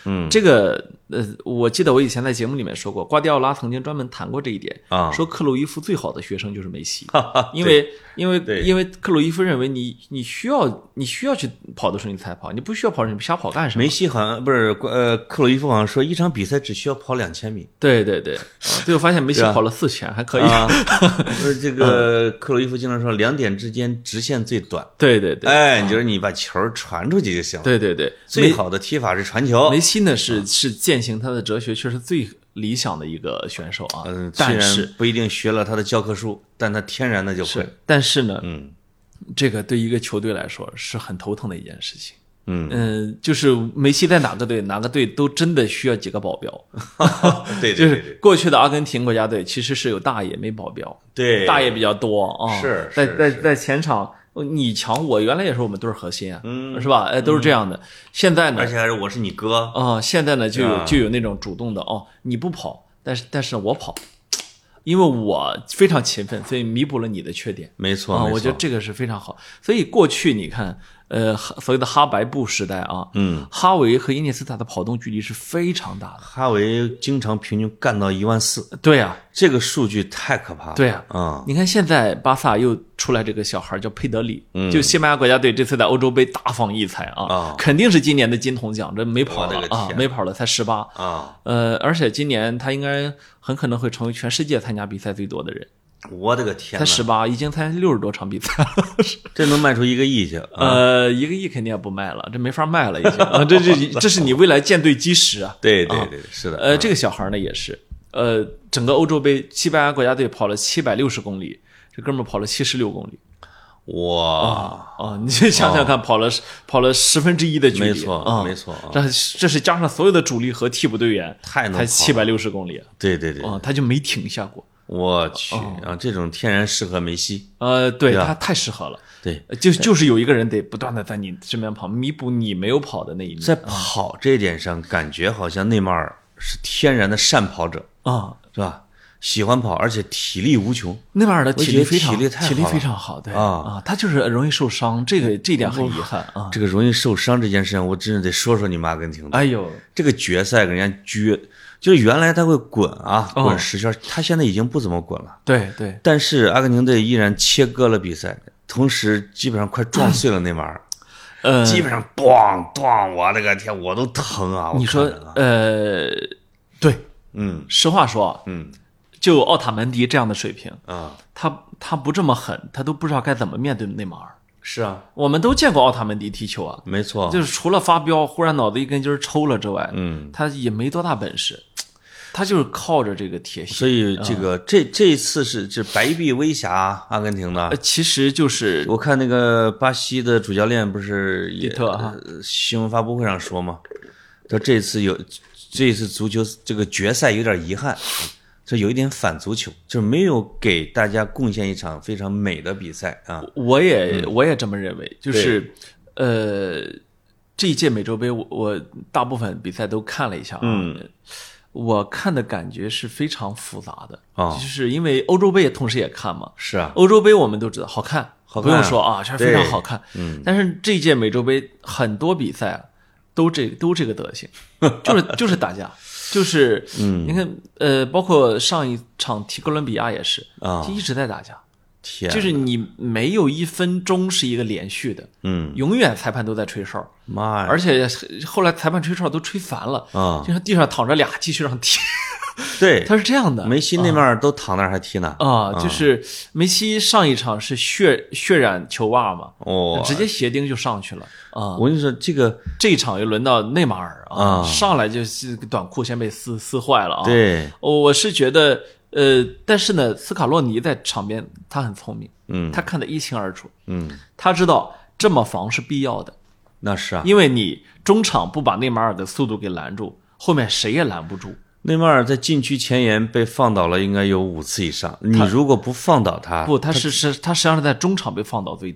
嗯， 这个呃，我记得我以前在节目里面说过，瓜迪奥拉曾经专门谈过这一点啊， 说克鲁伊夫最好的学生就是梅西，因为因为因为克鲁伊夫认为你你需要你需要去跑的时候你才跑，你不需要跑你瞎跑干什么？ 梅西好像不是呃，克鲁伊夫好像说一场比赛只需要跑两千米。 对对对，最后发现梅西跑了四千，还可以。 啊，这个克鲁伊夫经常说两点之间直线最短。 对对对， 哎，你就是你把球传出去就行了。 对对对， 最好的踢法是传球。 梅西呢是是践行他的哲学，确实最理想的一个选手啊。 嗯， 但是不一定学了他的教科书，但他天然的就会。 但是呢， 嗯， 这个对一个球队来说是很头疼的一件事情。 嗯嗯，就是梅西在哪个队，哪个队都真的需要几个保镖。 对对对， 就是过去的阿根廷国家队其实是有大爷没保镖， 对， 大爷比较多啊。 是， 在在在前场你强我，原来也是我们队核心啊， 嗯， 是吧？哎，都是这样的。现在呢， 而且还是我是你哥啊，现在呢就有就有那种主动的哦，你不跑，但是但是我跑。因为我非常勤奋，所以弥补了你的缺点。 没错， 啊， 没错， 我觉得这个是非常好。所以过去你看，呃，所谓的哈白布时代啊， 嗯， 哈维和伊涅斯塔的跑动距离是非常大的。 哈维经常平均干到一万四。 对呀， 这个数据太可怕了。 对呀， 啊， 你看现在巴萨又出来这个小孩叫佩德里， 嗯， 就西班牙国家队这次在欧洲杯大放异彩啊， 啊， 肯定是今年的金童奖，这没跑了啊，没跑了才十八啊， 呃，而且今年他应该很可能会成为全世界参加比赛最多的人。 我的个天， 才十八，已经才六十多场比赛了， 这能卖出一个亿去？ 呃，一个亿肯定也不卖了，这没法卖了已经啊，这这这是你未来舰队基石啊。 对对对，是的。 呃，这个小孩呢也是，呃，整个欧洲杯西班牙国家队跑了七百六十公里，这哥们儿跑了七十六公里。 哇啊！你就想想看，跑了跑了十分之一的距离， 没错没错。 这这是加上所有的主力和替补队员， 太能才七百六十公里。 对对对， 啊，他就没停下过。 我去啊，这种天然适合梅西。 呃，对他太适合了。 对， 就就是有一个人得不断的在你身边跑，弥补你没有跑的那一面。 在跑这一点上，感觉好像内马尔是天然的善跑者啊， 是吧？喜欢跑，而且体力无穷。 内马尔的体力非常体力太好体力非常好，对啊啊，他就是容易受伤，这个这一点很遗憾啊。 这个容易受伤这件事情，我真是得说说你们阿根廷的。 哎呦， 这个决赛跟人家撅，就是原来他会滚啊，滚十圈，他现在已经不怎么滚了。 对对， 但是阿根廷队依然切割了比赛，同时基本上快撞碎了内马尔。 呃， 基本上咣咣，我的个天，我都疼啊！ 你说，呃，对， 嗯， 实话说， 嗯。 就奥塔门迪这样的水平啊， 他他不这么狠，他都不知道该怎么面对内马尔。 是啊， 我们都见过奥塔门迪踢球啊， 没错， 就是除了发飙，忽然脑子一根筋抽了之外， 嗯， 他也没多大本事，他就是靠着这个铁血。 所以这个、嗯、这这一次是这白臂威侠阿根廷的， 呃，其实就是我看那个巴西的主教练不是也蒂特哈新闻发布会上说嘛，说这次有这次足球这个决赛有点遗憾。这有一点反足球，就是没有给大家贡献一场非常美的比赛啊！ 我也、嗯、我也这么认为，就是呃，这一届美洲杯我我大部分比赛都看了一下啊， 嗯， 我看的感觉是非常复杂的啊， 就是因为欧洲杯也同时也看嘛， 是啊， 欧洲杯我们都知道好看， 好看不用说啊，确实非常好看， 嗯， 但是这一届美洲杯很多比赛啊，都这都这个德行，就是就是打架。就是， 嗯， 你看，呃，包括上一场踢哥伦比亚也是啊， 就一直在打架， 天， 就是你没有一分钟是一个连续的， 嗯， 永远裁判都在吹哨， 妈呀！ 而且后来裁判吹哨都吹烦了啊， 就像地上躺着俩继续让踢， 对， 他是这样的。 梅西、内马尔都躺那儿还踢呢啊，就是梅西上一场是血血染球袜嘛， 哦， 直接鞋钉就上去了。啊， 我跟你说，这个这一场又轮到内马尔啊， 上来就是短裤先被撕撕坏了啊。 对， 我是觉得，呃，但是呢，斯卡洛尼在场边他很聪明， 嗯， 他看得一清二楚， 嗯， 他知道这么防是必要的， 那是啊， 因为你中场不把内马尔的速度给拦住，后面谁也拦不住。 内马尔在禁区前沿被放倒了，应该有五次以上。你如果不放倒他， 不，他是是他实际上是在中场被放倒最多。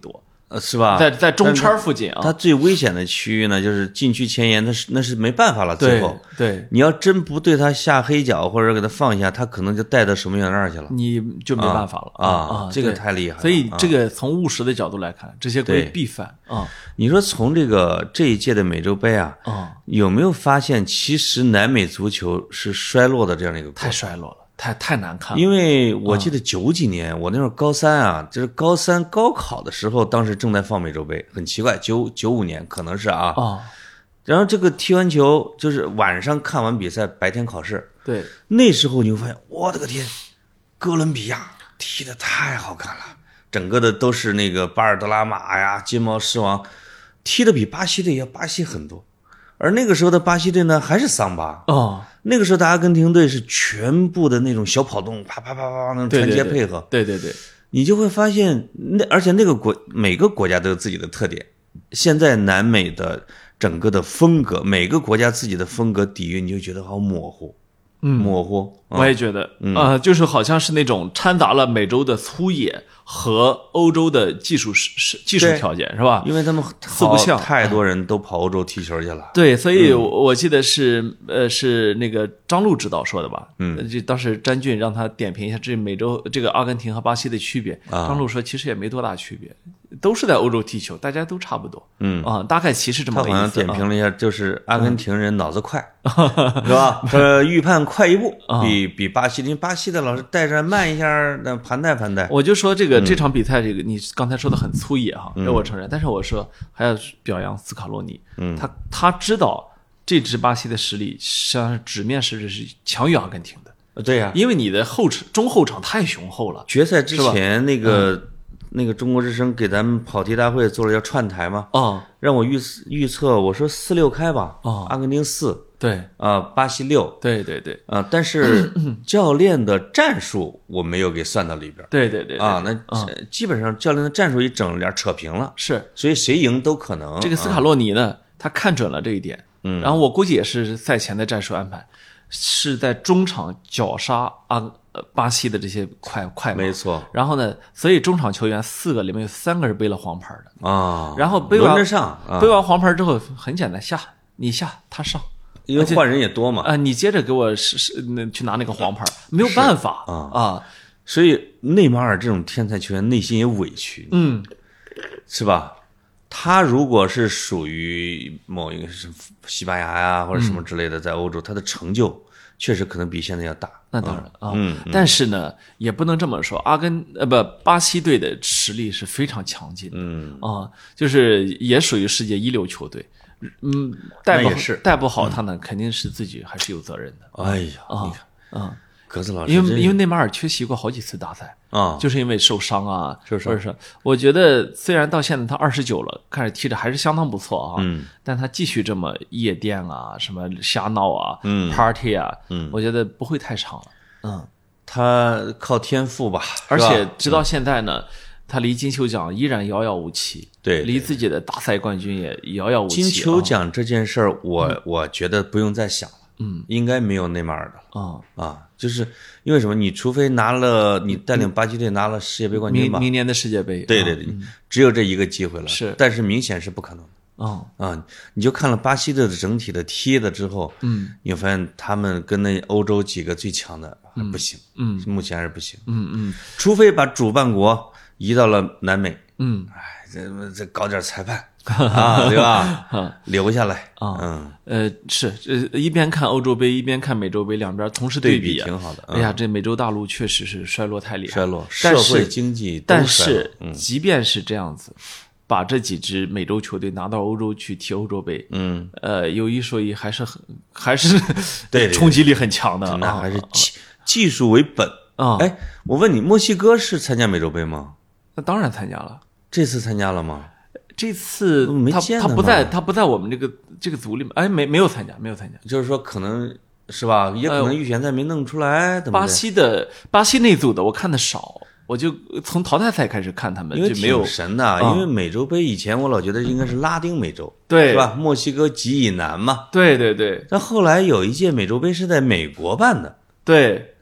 呃，是吧？ 在在中圈附近啊。 它最危险的区域呢，就是禁区前沿，那是那是没办法了。最后， 对， 你要真不对它下黑脚或者给它放下，它可能就带到守门员那儿去了， 你就没办法了啊啊！ 这个太厉害了。 所以这个从务实的角度来看，这些归必犯啊。 你说从这个这一届的美洲杯啊，有没有发现其实南美足球是衰落的这样的一个过程？ 太衰落了。太太难看了， 因为我记得九几年，嗯、我那时候高三啊，就是高三高考的时候，当时正在放美洲杯，很奇怪，九九五年可能是啊， 哦、 然后这个踢完球就是晚上看完比赛，白天考试， 对， 那时候你会发现，我的个天，哥伦比亚踢得太好看了，整个的都是那个巴尔德拉马呀、金毛狮王，踢得比巴西队要巴西很多。而那个时候的巴西队呢，还是桑巴哦。 那个时候的阿根廷队是全部的那种小跑动，啪啪啪啪那种团结配合。 对对 对, 对, 对， 你就会发现，那而且那个国每个国家都有自己的特点。现在南美的整个的风格，每个国家自己的风格底蕴，你就觉得好模糊。 嗯， 模糊。 嗯、我也觉得，啊、嗯呃，就是好像是那种掺杂了美洲的粗野和欧洲的技术是技术条件，是吧？ 因为他们四不像， 太多人都跑欧洲踢球去了。 对，所以我记得是、嗯、呃是那个张璐指导说的吧？ 嗯， 就当时詹俊让他点评一下这美洲这个阿根廷和巴西的区别， 啊、 张璐说其实也没多大区别。都是在欧洲踢球，大家都差不多。 嗯啊，大概其实这么个意思。 他好像点评了一下，就是阿根廷人脑子快，是吧？呃，预判快一步，比比巴西，因为巴西的老是带着慢一下，那盘带盘带。 我就说这个这场比赛，这个你刚才说的很粗野哈， 嗯这我承认。但是我说还要表扬斯卡洛尼， 嗯， 他他知道这支巴西的实力实际上是纸面实力是强于阿根廷的。 对呀， 因为你的后场中后场太雄厚了。 决赛之前那个。那个中国之声给咱们跑题大会做了叫串台嘛， 哦， 让我预预测，我说四六开吧， 哦， 阿根廷四， 对， 啊、呃，巴西六， 对对对， 啊、呃，但是教练的战术我没有给算到里边， 对对 对, 对， 啊，那、嗯、基本上教练的战术一整点扯平了， 是， 所以谁赢都可能。 这个斯卡洛尼呢，啊、他看准了这一点， 嗯， 然后我估计也是赛前的战术安排，是在中场绞杀阿。巴西的这些快快马， 没错。 然后呢，所以中场球员四个里面有三个是背了黄牌的啊。 然后背完轮着上，啊、 背完黄牌之后很简单，下你下他上， 因为换人也多嘛。 啊，你接着给我是是去拿那个黄牌，没有办法啊啊。 所以内马尔这种天才球员内心也委屈， 嗯， 是吧？他如果是属于某一个是西班牙呀、啊、或者什么之类的，在欧洲，他的成就。确实可能比现在要大， 那当然啊， 嗯， 但是呢，也不能这么说。阿根呃不，巴西队的实力是非常强劲的， 嗯啊，就是也属于世界一流球队，嗯，带不带不好他呢，肯定是自己还是有责任的。 哎呀， 啊啊， 格子老师， 因为因为内马尔缺席过好几次大赛啊， 就是因为受伤啊， 受伤。 或者是我觉得虽然到现在他二十九了，看着踢着还是相当不错啊， 嗯， 但他继续这么夜店啊，什么瞎闹啊， 嗯 ，party 啊， 嗯， 我觉得不会太长了，嗯， 他靠天赋吧， 而且直到现在呢，他离金球奖依然遥遥无期， 对， 离自己的大赛冠军也遥遥无期。 金球奖这件事儿，我我觉得不用再想了。 嗯， 应该没有内马尔的啊、 嗯、啊，就是因为什么？你除非拿了，你带领巴西队拿了世界杯冠军吧， 明明年的世界杯， 对对对， 嗯、 只有这一个机会了。 是， 但是明显是不可能的啊、 嗯、啊！你就看了巴西队的整体的踢的之后， 嗯， 你会发现他们跟那欧洲几个最强的还不行， 嗯， 目前还是不行， 嗯嗯， 除非把主办国移到了南美， 嗯， 哎，这这搞点裁判。啊，对吧？留下来啊， 嗯， 呃，是，呃，一边看欧洲杯，一边看美洲杯，两边同时对比， 挺好的。 哎呀，这美洲大陆确实是衰落太厉害， 衰落，社会经济都衰落。 但是，即便是这样子，把这几支美洲球队拿到欧洲去踢欧洲杯， 嗯， 呃，有一说一，还是很，还是对冲击力很强的， 那还是技技术为本啊。 哎，我问你，墨西哥是参加美洲杯吗？ 那当然参加了， 这次参加了吗？ 这次他他不在他不在我们这个这个组里面，哎，没没有参加，没有参加。 就是说，可能是吧，也可能预选赛没弄出来。 呃、巴西的巴西那组的我看的少，我就从淘汰赛开始看他们， 因为就没有神的、啊，因为美洲杯以前我老觉得应该是拉丁美洲， 对， 是吧？墨西哥及以南嘛。 对对对。 但后来有一届美洲杯是在美国办的， 对。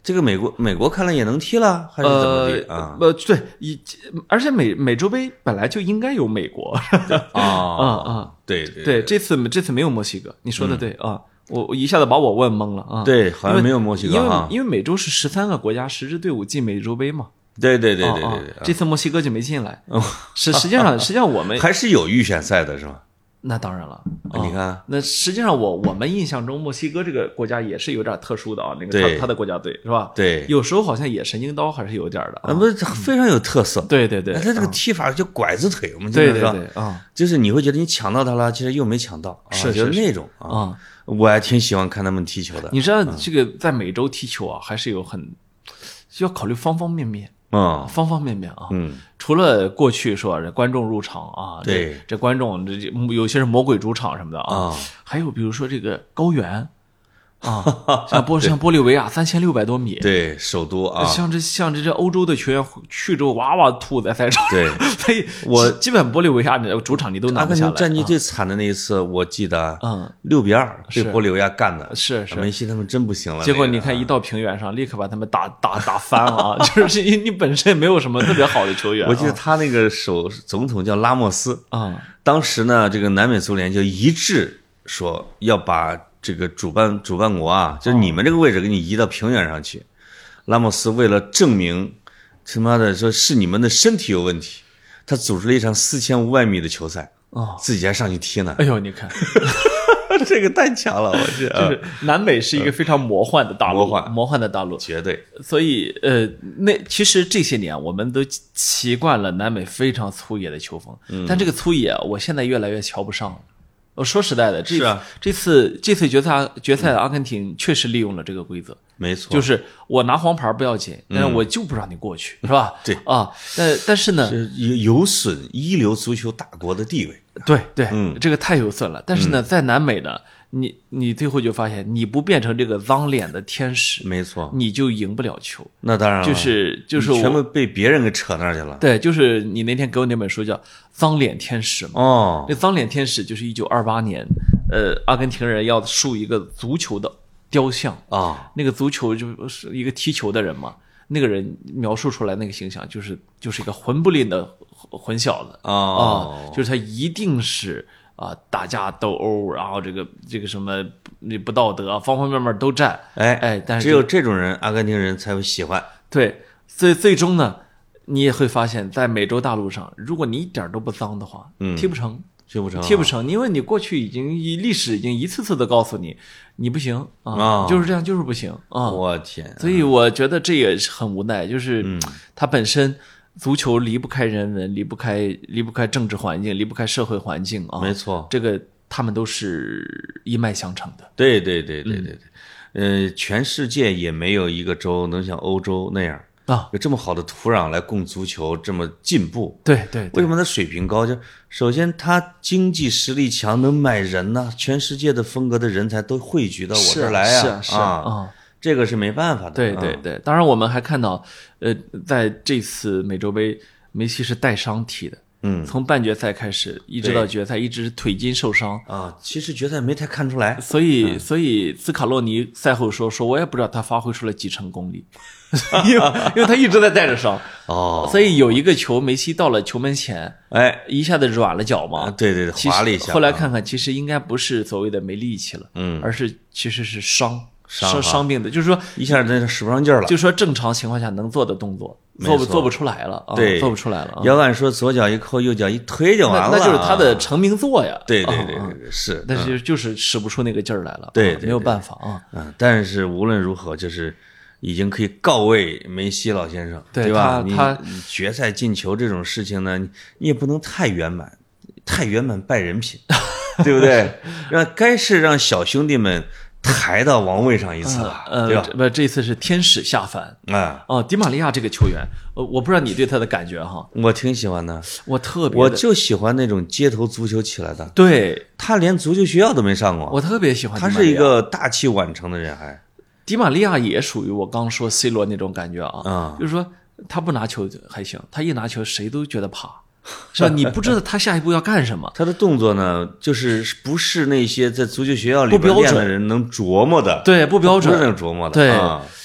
这个美国美国看来也能踢了，还是怎么地啊？ 呃，对，一而且美美洲杯本来就应该有美国啊啊啊， 对对对，这次这次没有墨西哥，你说的对啊，我我一下子把我问懵了啊。 对，好像没有墨西哥哈， 因为因为美洲是十三个国家十支队伍进美洲杯嘛。 对对对对对对， 这次墨西哥就没进来。实实际上实际上我们还是有预选赛的是吗？ 那当然了， 你看， 那实际上我我们印象中墨西哥这个国家也是有点特殊的啊，那个他他的国家队是吧？ 对， 有时候好像也神经刀还是有点的啊，不是非常有特色。 对对对， 他这个踢法就拐子腿，我们对对对啊， 就是你会觉得你抢到他了，其实又没抢到， 是就是那种啊。我还挺喜欢看他们踢球的。 你知道这个在美洲踢球啊，还是有很需要考虑方方面面。 啊、 嗯，方方面面啊， 嗯， 除了过去说这观众入场啊， 对， 这, 这观众这有些是魔鬼主场什么的啊， 啊还有比如说这个高原啊，像玻像玻利维亚三千六百多米， 对，首都啊， 像这像这这欧洲的球员去之后哇哇吐在赛场， 对， 所以我基本玻利维亚的主场你都拿不下来。 阿根廷战绩最惨的那一次，我记得， 嗯， 六比二被玻利维亚干的， 是是， 梅西他们真不行了。 结果你看一到平原上，立刻把他们打打打翻了啊！就是因为你本身也没有什么特别好的球员。 我记得他那个首总统叫拉莫斯啊， 当时呢，这个南美足联就一致说要把这个主办主办国啊，就是你们这个位置给你移到平原上去。拉莫斯为了证明他妈的说是你们的身体有问题，他组织了一场四千五百米的球赛啊， 自己还上去踢呢。 哎呦，你看。 这个太强了，我去！ 就是南美是一个非常魔幻的大陆， 魔幻魔幻的大陆， 绝对。 所以，呃，那其实这些年我们都习惯了南美非常粗野的球风， 嗯、 但这个粗野，我现在越来越瞧不上了。我说实在的，这是啊， 这次这次决赛决赛，阿根廷确实利用了这个规则， 没错， 就是我拿黄牌不要紧，但是我就不让你过去， 嗯、 是吧？ 对啊，但但是呢， 是有损一流足球大国的地位。 对对， 嗯， 这个太有损了。但是呢， 嗯、 在南美呢。你你最后就发现，你不变成这个脏脸的天使， 没错， 你就赢不了球。 那当然了， 就是就是我全部被别人给扯那儿去了。 对，就是你那天给我那本书叫《脏脸天使》嘛。 哦， 那脏脸天使就是一九二八年，呃，阿根廷人要竖一个足球的雕像啊， 那个足球就是一个踢球的人嘛，那个人描述出来那个形象就是就是一个混不吝的混小子啊、 哦呃，就是他一定是。啊，打架斗殴，然后这个这个什么你不道德，方方面面都占。 哎哎，但是只有这种人，阿根廷人才会喜欢。 对，所以最终呢，你也会发现，在美洲大陆上，如果你一点都不脏的话， 嗯， 踢不成， 踢不成， 踢不成，因为你过去已经历史已经一次次的告诉你，你不行啊， 哦、 就是这样，就是不行啊。 我天、啊！ 所以我觉得这也是很无奈，就是嗯， 它本身。足球离不开人文，离不开离不开政治环境，离不开社会环境啊。 没错， 这个他们都是一脉相承的。 对对对对对对，嗯、呃，全世界也没有一个州能像欧洲那样啊， 有这么好的土壤来供足球这么进步。 对 对, 对， 为什么它水平高？就首先它经济实力强，能买人呢、啊，全世界的风格的人才都汇聚到我这儿来呀、 啊，是啊。 啊啊这个是没办法的。 对对对，当然我们还看到，呃，在这次美洲杯，梅西是带伤踢的， 嗯， 从半决赛开始一直到决赛，一直腿筋受伤啊。其实决赛没太看出来， 所以、嗯、所以斯卡洛尼赛后说说，我也不知道他发挥出了几成功力，因为因为他一直在带着伤哦， 所以有一个球，梅西到了球门前， 哎， 一下子软了脚嘛， 啊、对对对，滑了一下。 后来看看，其实应该不是所谓的没力气了， 嗯， 而是其实是伤。 伤伤病的，就是说一下那使不上劲儿了。 就是说正常情况下能做的动作，做不做不出来了， 对， 啊、做不出来了。 要按说左脚一扣，右脚一推就完了， 那, 那就是他的成名作呀。 对对对对， 啊、 是， 但是就是使不出那个劲儿来了， 对、 啊，没有办法啊。 嗯，但是无论如何，就是已经可以告慰梅西老先生， 对吧？ 他你决赛进球这种事情呢，你也不能太圆满，太圆满败人品，对不对？让该是让小兄弟们。抬到王位上一次啊， 呃， 对吧？ 不，这次是天使下凡啊！ 哦，迪玛利亚这个球员，呃，我不知道你对他的感觉哈， 我挺喜欢的， 我特别， 我就喜欢那种街头足球起来的。 对， 他连足球学校都没上过， 我特别喜欢。 他是一个大器晚成的人，还迪玛利亚也属于我刚说 C 罗那种感觉啊， 嗯、 就是说他不拿球还行，他一拿球谁都觉得怕。是吧？你不知道他下一步要干什么。 他的动作呢，就是不是那些在足球学校里边练的人能琢磨的。 对，不标准， 不是那种琢磨的。 对， 啊、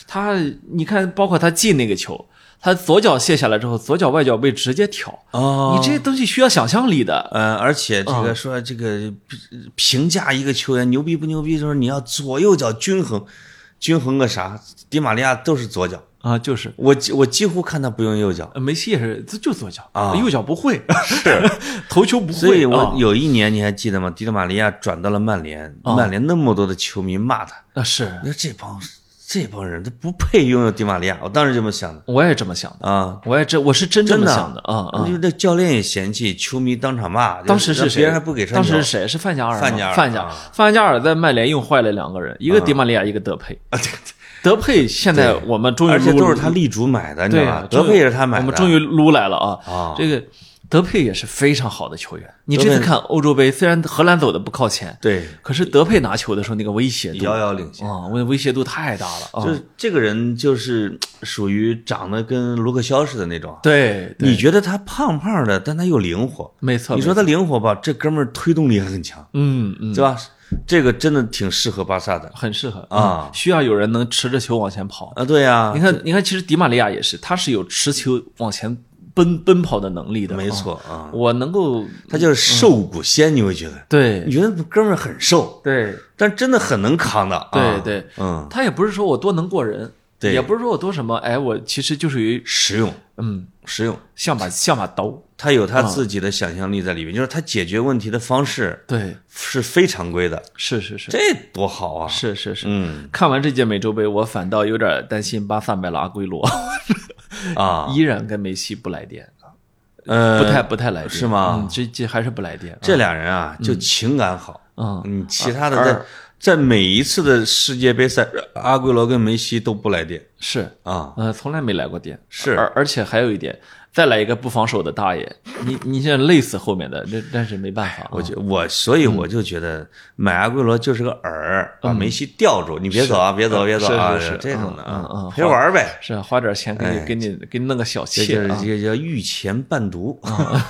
他你看，包括他进那个球，他左脚卸下来之后，左脚外脚背直接挑。 哦， 你这些东西需要想象力的。 呃，而且这个说这个评价一个球员牛逼不牛逼，就是你要左右脚均衡，均衡个啥？迪玛利亚都是左脚。 啊，就是我我几乎看他不用右脚， 梅西也是就左脚啊， 右脚不会， 是头球不会。 所以我有一年你还记得吗？迪玛利亚转到了曼联，曼联那么多的球迷骂他啊，是你说这帮这帮人他不配拥有迪玛利亚，我当时这么想的， 我也这么想的啊， 我也这我是真这么想的啊啊！ 因为那教练也嫌弃，球迷当场骂， 当时是谁？ 别人还不给传球。 当时是谁？是范加尔。 范加尔， 范加尔，范加尔在曼联用坏了两个人，一个迪玛利亚，一个德佩。 啊，对。 德佩现在我们终于， 而且都是他力主买的，你知道吧？德佩也是他买的， 我们终于撸来了啊！ 啊， 这个德佩也是非常好的球员。你这次看欧洲杯，虽然荷兰走的不靠前， 对， 可是德佩拿球的时候那个威胁度遥遥领先啊，威威胁度太大了啊！ 就是这个人就是属于长得跟卢克肖似的那种。 对， 你觉得他胖胖的，但他又灵活。 没错， 你说他灵活吧，这哥们儿推动力还很强。 嗯嗯， 对吧？这个真的挺适合巴萨的， 很适合啊， 需要有人能持着球往前跑啊。对呀， 你看，你看，其实迪玛利亚也是，他是有持球往前奔奔跑的能力的。 没错啊， 我能够， 他就是瘦骨仙，你会觉得， 对， 你觉得哥们儿很瘦， 对， 但真的很能扛的， 对对， 嗯， 他也不是说我多能过人， 对， 也不是说我多什么，哎，我其实就是于实用， 嗯， 实用， 像把像把刀。 他有他自己的想象力在里面，就是他解决问题的方式， 对， 是非常规的， 是是是， 这多好啊！ 是是是， 嗯， 看完这届美洲杯，我反倒有点担心巴萨买了阿圭罗啊， 依然跟梅西不来电， 呃， 不太不太来电， 是吗？ 嗯，这这还是不来电。 这俩人啊，就情感好， 嗯嗯，其他的在在每一次的世界杯赛，阿圭罗跟梅西都不来电， 是啊， 呃，从来没来过电， 是， 而而且还有一点。再来一个不防守的大爷，你你现在累死后面的，这但是没办法。 我就我所以我就觉得买阿圭罗就是个饵，把梅西吊住，你别走啊，别走，别走啊， 是这种的啊， 嗯， 陪玩呗。 是花点钱给你给你给你弄个小妾， 这就是这叫御前伴读，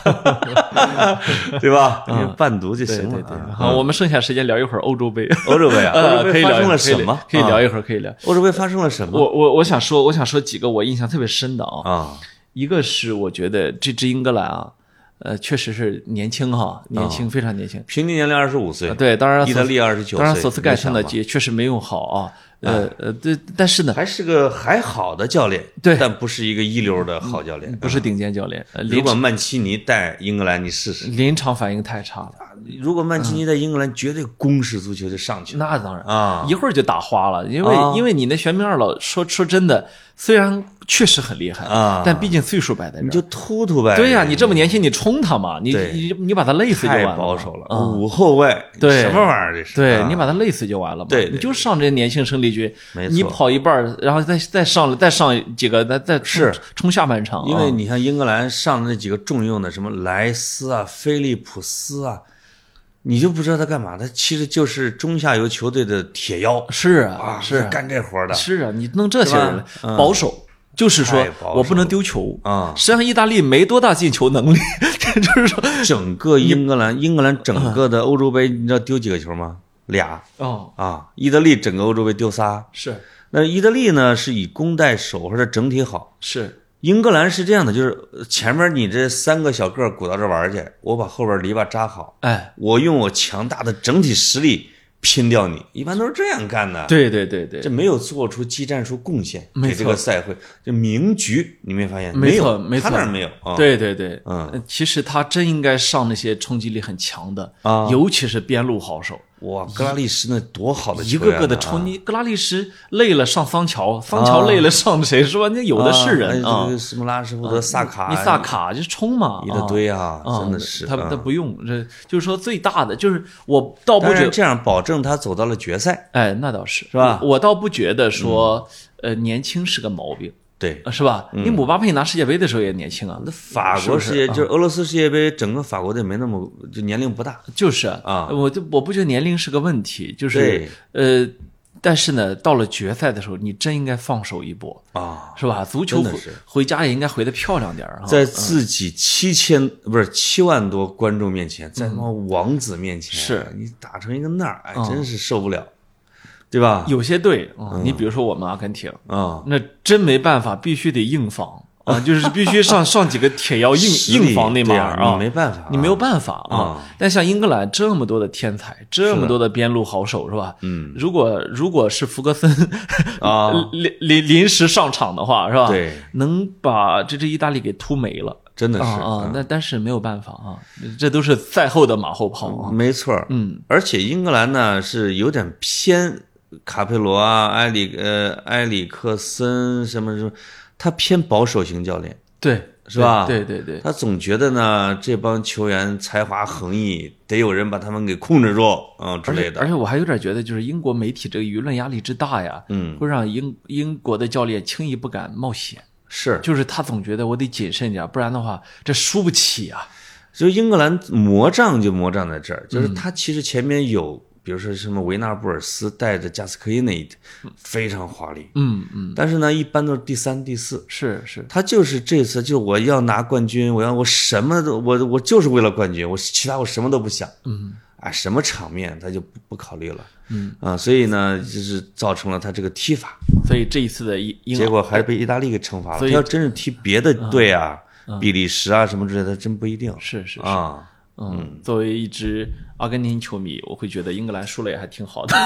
对吧？伴读就行了。 对对对，好，我们剩下时间聊一会儿欧洲杯。 欧洲杯啊，欧洲杯发生了什么？ 可以聊一会儿，可以聊。 欧洲杯发生了什么？ 我我我想说，我想说几个我印象特别深的啊啊。 一个是我觉得这支英格兰啊，呃，确实是年轻哈，年轻非常年轻， 平均年龄二十五岁。 对，当然意大利二十九岁， 当然索斯盖特呢也确实没用好啊。呃呃，对，但是呢， 还是个还好的教练， 对， 但不是一个一流的好教练， 不是顶尖教练。 如果曼奇尼带英格兰，你试试， 临场反应太差了。 如果曼奇尼带英格兰，绝对攻势足球就上去了。 那当然啊， 一会儿就打花了，因为因为你那玄冥二老说说真的，虽然确实很厉害啊， 但毕竟岁数摆在这儿， 你就突突呗。 对呀，你这么年轻，你冲他嘛，你你你把他累死就完了。 太保守了，五后卫， 对， 什么玩意儿这是？ 对你把他累死就完了嘛。 对， 你就上这些年轻生力军， 没错， 你跑一半，然后再再上再上几个，再再是冲下半场。 因为你看英格兰上的那几个重用的，什么莱斯啊、菲利普斯啊。你就不知道他干嘛，他其实就是中下游球队的铁腰。 是啊，是干这活的。 是啊，你弄这些人保守，就是说我不能丢球啊。 实际上，意大利没多大进球能力，就是说整个英格兰，英格兰整个的欧洲杯，你知道丢几个球吗？俩。 哦啊，意大利整个欧洲杯丢仨。 是。 那意大利呢，是以攻带守或者整体好。 是。 英格兰是这样的，就是前面你这三个小个鼓到这玩去，我把后边篱笆扎好， 哎， 我用我强大的整体实力拼掉你，一般都是这样干的。 对对对对， 这没有做出技战术贡献给这个赛会，这明局你没发现？ 没错， 没错， 他那没有。 嗯、对对对， 嗯， 其实他真应该上那些冲击力很强的啊， 尤其是边路好手。 哇，格拉利什那多好的球员、啊！ 一个个的冲击，格拉利什累了上桑乔，桑乔累了上谁是吧？那有的是人啊！这个什么拉什福德、萨卡， 你萨卡就冲嘛， 一大堆啊，真的是。 他他不用，这就是说最大的就是我倒不觉得这样保证他走到了决赛。 哎，那倒是是吧？ 我倒不觉得说呃年轻是个毛病。 对， 是吧？你姆巴佩拿世界杯的时候也年轻啊。 那法国世界就是俄罗斯世界杯，整个法国队没那么就年龄不大。 就是啊， 我就我不觉得年龄是个问题，就是呃，但是呢，到了决赛的时候，你真应该放手一搏啊， 是吧？足球回家也应该回得漂亮点儿， 在自己七千不是七万多观众面前，在他妈王子面前， 是你打成一个那儿，哎，真是受不了。 对吧？ 有些队啊、嗯，你比如说我们阿根廷啊、 嗯，那真没办法，必须得硬防。啊，就是必须上上几个铁腰硬硬防内马尔啊， 你没办法， 你没有办法啊。 啊但像英格兰这么多的天才，这么多的边路好手，是吧？ 嗯， 如果如果是福格森啊临临临时上场的话，是吧？ 对， 能把这支意大利给突没了， 真的是啊。那、啊、但是没有办法啊，这都是赛后的马后炮啊。 没错， 嗯， 而且英格兰呢是有点偏卡佩罗啊、埃里呃埃里克森什么什么，他偏保守型教练。 对， 是吧？ 对对对， 他总觉得呢，这帮球员才华横溢，得有人把他们给控制住，嗯之类的。 而且我还有点觉得，就是英国媒体这个舆论压力之大呀， 嗯， 会让英英国的教练轻易不敢冒险。 是， 就是他总觉得我得谨慎点，不然的话这输不起啊。 就英格兰魔障就魔障在这儿，就是他其实前面有。嗯比如说什么维纳布尔斯带着加斯科伊内非常华丽， 嗯嗯， 但是呢，一般都是第三、第四。 是是， 他就是这次就我要拿冠军，我要我什么都我我就是为了冠军，我其他我什么都不想， 嗯啊，什么场面他就不不考虑了， 嗯啊，所以呢，就是造成了他这个踢法， 所以这一次的英结果还是被意大利给惩罚了。他要真是踢别的队啊， 嗯、 比利时啊什么之类的，真不一定。 是是是啊。 嗯，作为一支阿根廷球迷，我会觉得英格兰输了也还挺好的。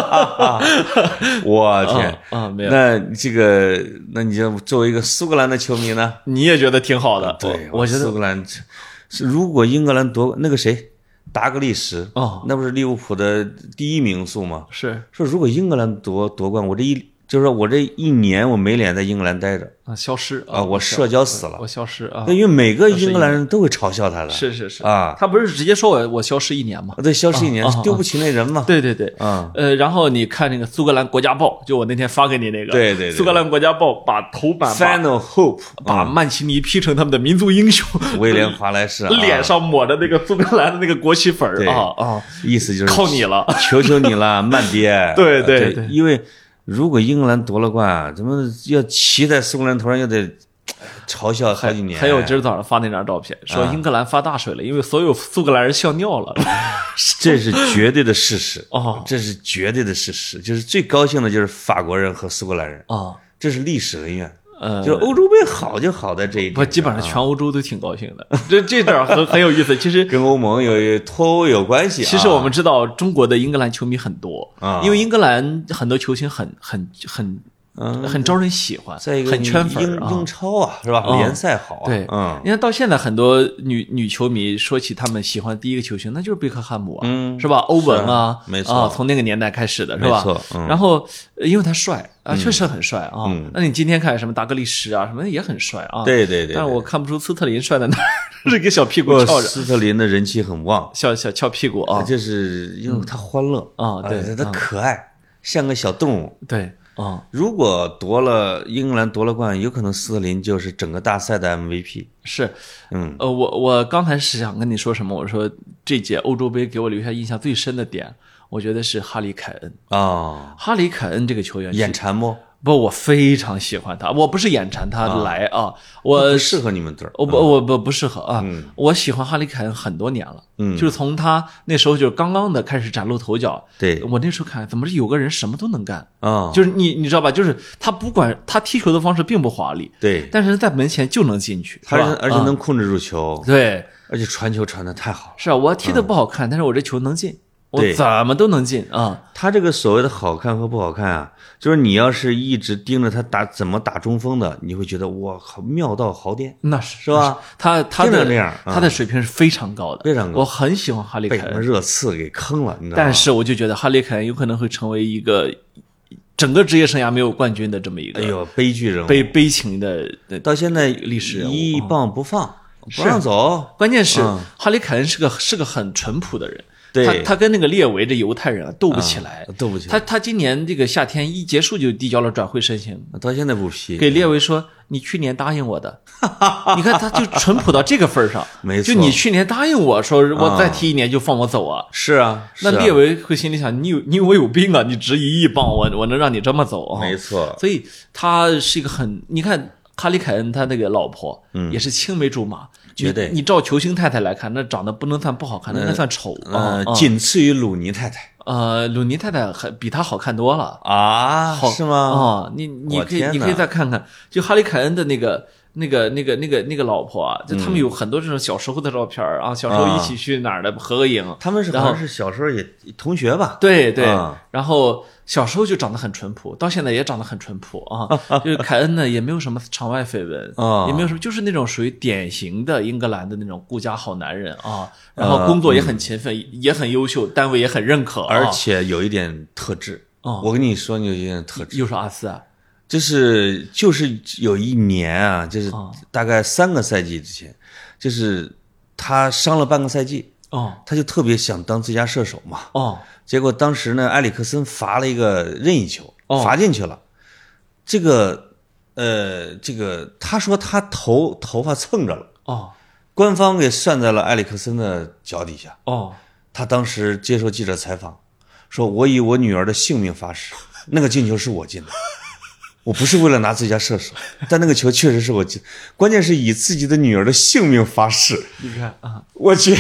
我天啊，没有。 那这个，那你就作为一个苏格兰的球迷呢？ 你也觉得挺好的？ 对， 我觉得苏格兰是如果英格兰夺那个谁达格利什哦， 那不是利物浦的第一名宿吗？ 是说如果英格兰夺夺冠，我这一就是说我这一年我没脸在英格兰待着。 啊，消失啊！我社交死了， 我消失啊！ 因为每个英格兰人都会嘲笑他的， 是是是啊， 他不是直接说我我消失一年吗？ 对，消失一年，丢不起那人嘛。 对对对， 啊， 呃，然后你看那个苏格兰国家报，就我那天发给你那个， 对对， 苏格兰国家报把头版 Final Hope 把曼奇尼 P 成他们的民族英雄， 威廉华莱士脸上抹着那个苏格兰的那个国旗粉啊啊， 意思就是靠你了， 求求你了，曼爹。 对对对， 因为如果英格兰夺了冠，怎么要骑在苏格兰头上，又得嘲笑好几年。 还有今儿早上发那张照片，说英格兰发大水了，因为所有苏格兰人笑尿了。 这是绝对的事实哦， 这是绝对的事实。就是最高兴的就是法国人和苏格兰人啊， 这是历史恩怨。 呃， 就欧洲杯好就好在这一点， 不，基本上全欧洲都挺高兴的。这这点很很有意思。其实跟欧盟有脱欧有关系。 其实我们知道中国的英格兰球迷很多啊， 因为英格兰很多球星很很很。 嗯， 很招人喜欢， 再一个很圈粉英英超啊，是吧？联赛好啊。 对， 嗯， 你看到现在很多女女球迷说起他们喜欢第一个球星，那就是贝克汉姆啊， 嗯， 是吧？欧文啊， 没错啊，从那个年代开始的是吧？ 没错。嗯， 然后因为他帅啊，确实很帅啊。 嗯， 那你今天看什么达格利什啊，什么也很帅啊。 对对对。 但是我看不出斯特林帅在哪儿，这个小屁股翘着。 斯特林的人气很旺， 小小翘屁股啊， 就是因为他欢乐啊，对， 他可爱，像个小动物。 对。啊， 如果夺了英格兰夺了冠，有可能斯特林就是整个大赛的 M V P。 是， 嗯， 呃，我我刚才是想跟你说什么？我说这届欧洲杯给我留下印象最深的点，我觉得是哈里凯恩啊、哦， 哈里凯恩这个球员眼馋不？ 不，我非常喜欢他。我不是眼馋他来啊，啊我不适合你们队儿。 我不我不不适合啊。 嗯， 我喜欢哈里凯恩很多年了。 嗯， 就是从他那时候就是刚刚的开始崭露头角。 对， 我那时候看怎么是有个人什么都能干啊、哦， 就是你你知道吧？就是他不管他踢球的方式并不华丽， 对， 但是在门前就能进去， 他是而且能控制住球， 啊、对， 而且传球传的太好了。 是啊，我踢的不好看，嗯、但是我这球能进。我怎么都能进啊！ 他这个所谓的好看和不好看啊，就是你要是一直盯着他打怎么打中锋的，你会觉得哇靠，妙到毫巅， 那是是吧？ 他他的这样， 他的水平是非常高的， 非常高。 我很喜欢哈里凯恩， 被什么热刺给坑了，你知道吗？ 但是我就觉得哈里凯恩有可能会成为一个整个职业生涯没有冠军的这么一个， 哎呦，悲剧人物， 悲悲情的， 到现在历史一棒不放，不让走。 关键是、 嗯、 哈里凯恩是个是个很淳朴的人。 对， 他他跟那个列维这犹太人啊斗不起来， 啊、斗不起来。 他他今年这个夏天一结束就递交了转会申请， 到现在不批。 给列维说：“你去年答应我的，你看他就淳朴到这个份上。 没错， 就你去年答应我说我再踢一年就放我走啊。 是啊， 那列维会心里想：你有你我有病啊！你值一亿镑，我我能让你这么走啊？ 没错。 所以他是一个很，你看哈里凯恩他那个老婆， 嗯， 也是青梅竹马。” 绝对， 你照球星太太来看，那长得不能算不好看，那应该算丑呃， 啊， 仅次于鲁尼太太呃，鲁尼太太还比他好看多了啊， 好是吗？ 哦，你你可以你可以再看看，就哈里凯恩的那个。那个、那个、那个、那个老婆啊，就他们有很多这种小时候的照片啊，小时候一起去哪儿的合个影。 他们是好像是小时候也同学吧？ 对对，然后小时候就长得很淳朴，到现在也长得很淳朴啊。就是凯恩呢，也没有什么场外绯闻啊，也没有什么，就是那种属于典型的英格兰的那种顾家好男人啊。然后工作也很勤奋，也很优秀，单位也很认可， 而且有一点特质。我跟你说，你有一点特质。 又是阿斯啊。 就是就是有一年啊，就是大概三个赛季之前，就是他伤了半个赛季， 哦， 他就特别想当最佳射手嘛， 哦， 结果当时呢，埃里克森罚了一个任意球，罚进去了，这个呃，这个他说他头头发蹭着了， 哦， 官方给算在了埃里克森的脚底下， 哦， 他当时接受记者采访，说我以我女儿的性命发誓，那个进球是我进的。我不是为了拿最佳射手，但那个球确实是我进，关键是以自己的女儿的性命发誓。 你看啊， 我去，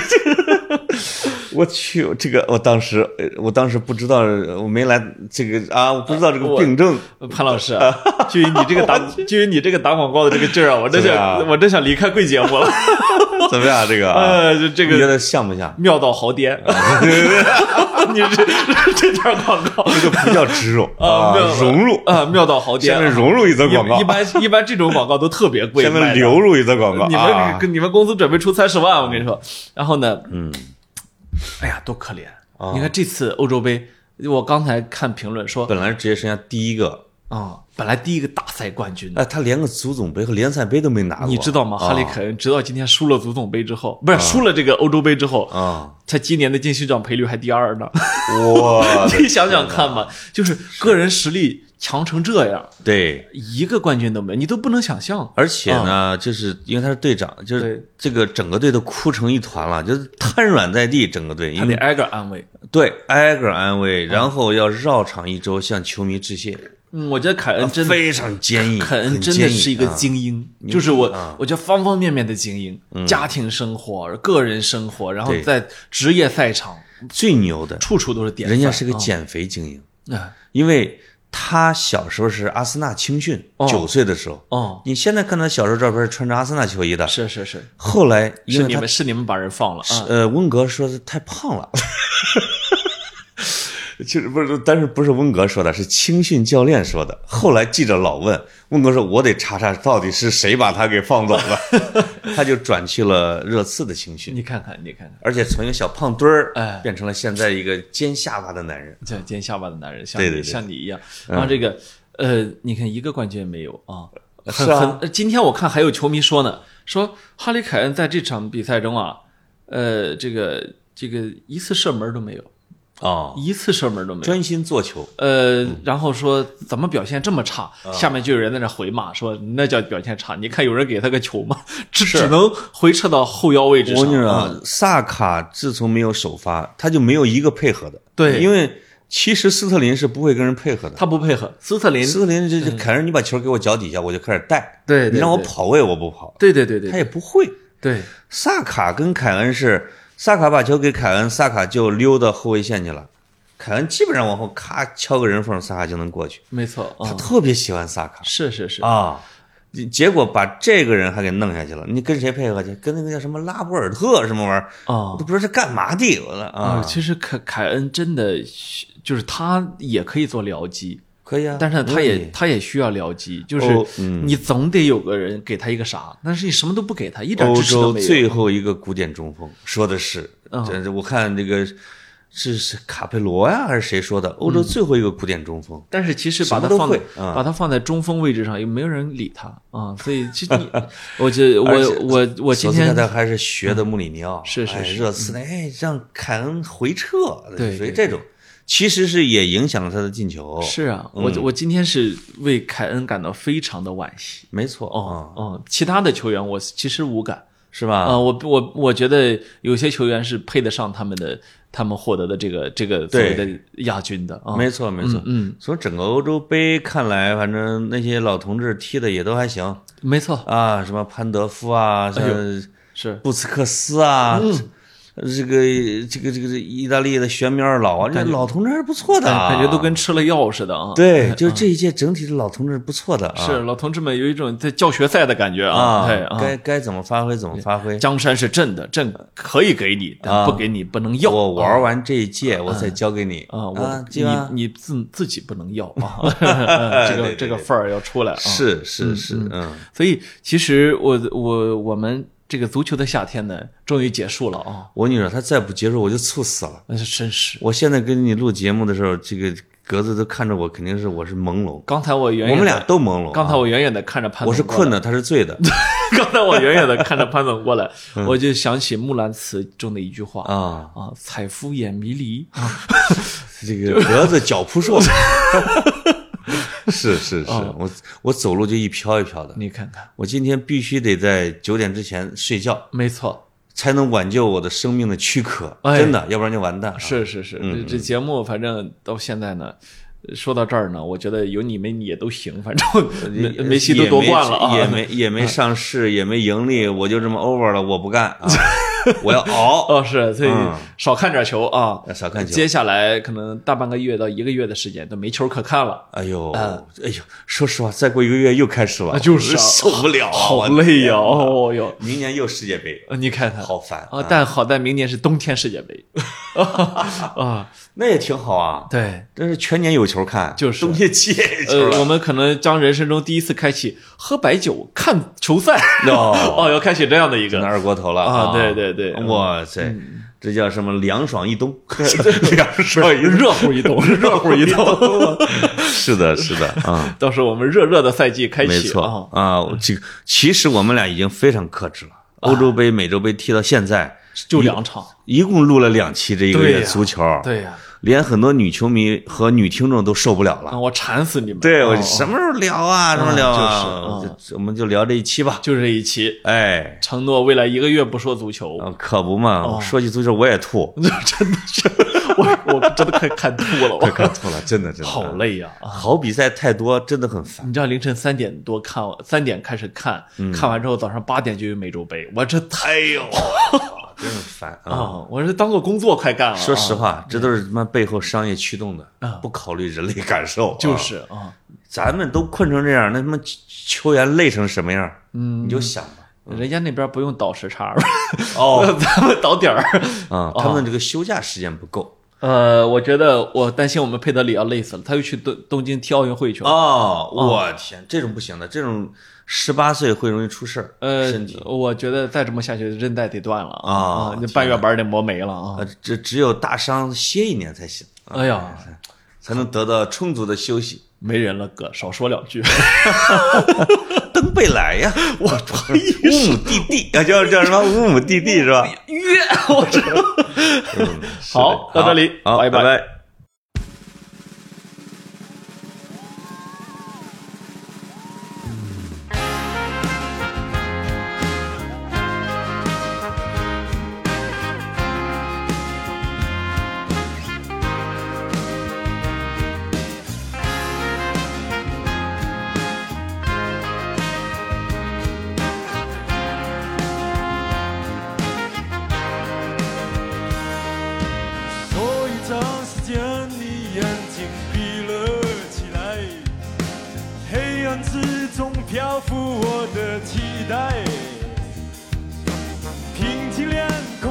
我去，这个我当时，我当时不知道，我没来这个啊，我不知道这个病症。 潘老师，就以你这个打，就以你这个打广告的这个劲儿啊，我真想，我真想离开贵节目了。 怎么样？这个呃，这个你觉得像不像？ 妙到豪颠。你这这条广告， 这个不叫植入啊，融入啊，妙到豪颠。 下面融入一则广告， 一般一般这种广告都特别贵。 下面流入一则广告， 你们跟你们公司准备出三十万，我跟你说。然后呢， 嗯， 哎呀，多可怜！你看这次欧洲杯，我刚才看评论说， 本来是职业生涯第一个啊，本来第一个大赛冠军， 哎，他连个足总杯和联赛杯都没拿过， 你知道吗？哈里凯恩直到今天输了足总杯之后，不是输了这个欧洲杯之后啊， 他今年的金靴奖赔率还第二呢。 哇， 你想想看吧，就是个人实力强成这样， 对， 一个冠军都没有，你都不能想象。 而且呢，就是因为他是队长，就是这个整个队都哭成一团了，就是瘫软在地，整个队， 他得挨个安慰， 对，挨个安慰，然后要绕场一周向球迷致谢。 嗯，我觉得凯恩真的非常坚毅， 凯恩真的是一个精英，就是我，我觉得方方面面的精英，家庭生活、个人生活，然后在职业赛场最牛的， 处处都是典范。 人家是个减肥精英，因为他小时候是阿森纳青训，九岁的时候， 哦， 你现在看他小时候照片，穿着阿森纳球衣的， 是是是。 后来是你们是你们把人放了， 呃，温格说是太胖了。其实不是，但是不是温格说的，是青训教练说的。后来记者老问温格说：“我得查查到底是谁把他给放走了。”他就转去了热刺的青训。 你看看，你看看， 而且从一个小胖墩儿， 哎， 变成了现在一个尖下巴的男人， 对，尖下巴的男人，像对对对， 像你一样。然后这个，呃，你看一个冠军也没有啊， 是啊。 今天我看还有球迷说呢，说哈里凯恩在这场比赛中啊，呃，这个这个一次射门都没有。 哦， 一次射门都没有， 专心做球。 呃，然后说怎么表现这么差？下面就有人在那回骂，说那叫表现差。你看有人给他个球吗？只只能回撤到后腰位置上。 我跟你说，萨卡自从没有首发，他就没有一个配合的。 对， 因为其实斯特林是不会跟人配合的。 他不配合，斯特林， 斯特林就就凯恩，你把球给我脚底下，我就开始带。 对， 你让我跑位我不跑。 对对对对， 他也不会。 对， 萨卡跟凯恩是。萨卡把球给凯恩，萨卡就溜到后卫线去了。凯恩基本上往后咔敲个人缝，萨卡就能过去。 没错， 他特别喜欢萨卡。 是是是啊，结果把这个人还给弄下去了。你跟谁配合去？跟那个叫什么拉波尔特什么玩意儿啊？ 我都不知道这干嘛的。我了啊！ 其实凯凯恩真的就是他也可以做僚机。 可以啊， 但是他也他也需要僚机，就是你总得有个人给他一个啥，但是你什么都不给他，一点支持都没有。 欧洲最后一个古典中锋说的是，这我看这个是是卡佩罗呀还是谁说的？欧洲最后一个古典中锋。 但是其实把他放在把他放在中锋位置上，又没有人理他啊，所以其实你，我觉得我我我今天他还是学的穆里尼奥， 是是热刺哎让凯恩回撤， 对， 所以这种。其实是也影响了他的进球。 是啊，我我今天是为凯恩感到非常的惋惜。 没错， 哦哦，其他的球员我其实无感， 是吧？ 啊，我我我觉得有些球员是配得上他们的，他们获得的这个这个所谓的亚军的。 没错没错， 嗯， 从整个欧洲杯看来，反正那些老同志踢的也都还行。 没错啊，什么潘德夫啊，像是布斯克斯啊。 这个这个这个意大利的玄米二老啊，这老同志还是不错的啊， 感觉都跟吃了药似的啊。 对，就这一届整体的老同志不错的啊， 是老同志们有一种在教学赛的感觉啊，对啊， 该该怎么发挥怎么发挥。 江山是朕的，朕可以给你，但不给你不能要。 我玩完这一届，我再交给你啊，我你你自自己不能要啊，这个这个份儿要出来啊。 是是是，嗯， 所以其实我我我们。这个足球的夏天呢，终于结束了啊！ 我跟你说，他再不结束，我就猝死了。 那是真是。 我现在跟你录节目的时候，这个格子都看着我，肯定是我是朦胧。 刚才我远远我们俩都朦胧。 刚才我远远的看着潘总， 我是困的，他是醉的。 刚才我远远的看着潘总过来，我就想起《木兰辞》中的一句话啊啊，采夫眼迷离啊， 这个格子脚扑朔。是是是，我我走路就一飘一飘的。 你看看， 我今天必须得在九点之前睡觉， 没错， 才能挽救我的生命的躯壳。真的，要不然就完蛋。 是是是，这节目反正到现在呢，说到这儿呢，我觉得有你没你也都行，反正梅西都夺冠了啊， 也没也没上市，也没盈利，我就这么 over 了，我不干啊。我要熬哦，是，所以少看点球啊， 少看球。 接下来可能大半个月到一个月的时间都没球可看了。 哎呦，哎呦，说实话，再过一个月又开始了， 就是受不了， 好累呀！哦哟， 明年又世界杯， 你看看， 好烦啊！但好在明年是冬天世界杯啊， 那也挺好啊。 对， 但是全年有球看， 就是冬天季呃，我们可能将人生中第一次开启喝白酒看球赛哦，要开启这样的一个二锅头了啊！对对对， 哇塞，这叫什么凉爽一冬， 凉爽一热乎一冬，热乎一冬。 是的，是的啊！ 到时候我们热热的赛季开启， 没错啊。这个其实我们俩已经非常克制了。欧洲杯、美洲杯踢到现在就两场， 一共录了两期这一个月足球。 对呀。 连很多女球迷和女听众都受不了了， 我馋死你们！ 对，我什么时候聊啊？什么聊啊？我们就聊这一期吧， 就这一期。 哎， 承诺未来一个月不说足球， 可不嘛！说起足球我也吐， 真的是，我我真的快看吐了， 快看吐了，真的真的好累呀！ 好比赛太多，真的很烦。 你知道凌晨三点多看，三点开始看，看完之后早上八点就有美洲杯，我这太有。 真是烦啊！我是当做工作快干了。 说实话，这都是他妈背后商业驱动的，不考虑人类感受。 就是啊， 咱们都困成这样，那他妈球员累成什么样？嗯，你就想吧， 人家那边不用倒时差， 哦， 咱们倒点儿啊，他们这个休假时间不够。 呃，我觉得我担心我们佩德里要累死了，他又去东东京踢奥运会去了。 哦，我天，这种不行的，这种。十八岁会容易出事儿， 呃， 身体， 我觉得再这么下去，韧带得断了啊， 那半月板得磨没了啊， 这只有大伤歇一年才行。 哎呀， 才能得到充足的休息。 没人了，哥，少说两句。 登贝莱呀， 我乌姆蒂蒂啊，叫叫什么乌姆蒂蒂是吧？ 约，我知道。好，到这里， 好，拜拜。 漂浮我的期待，平静两口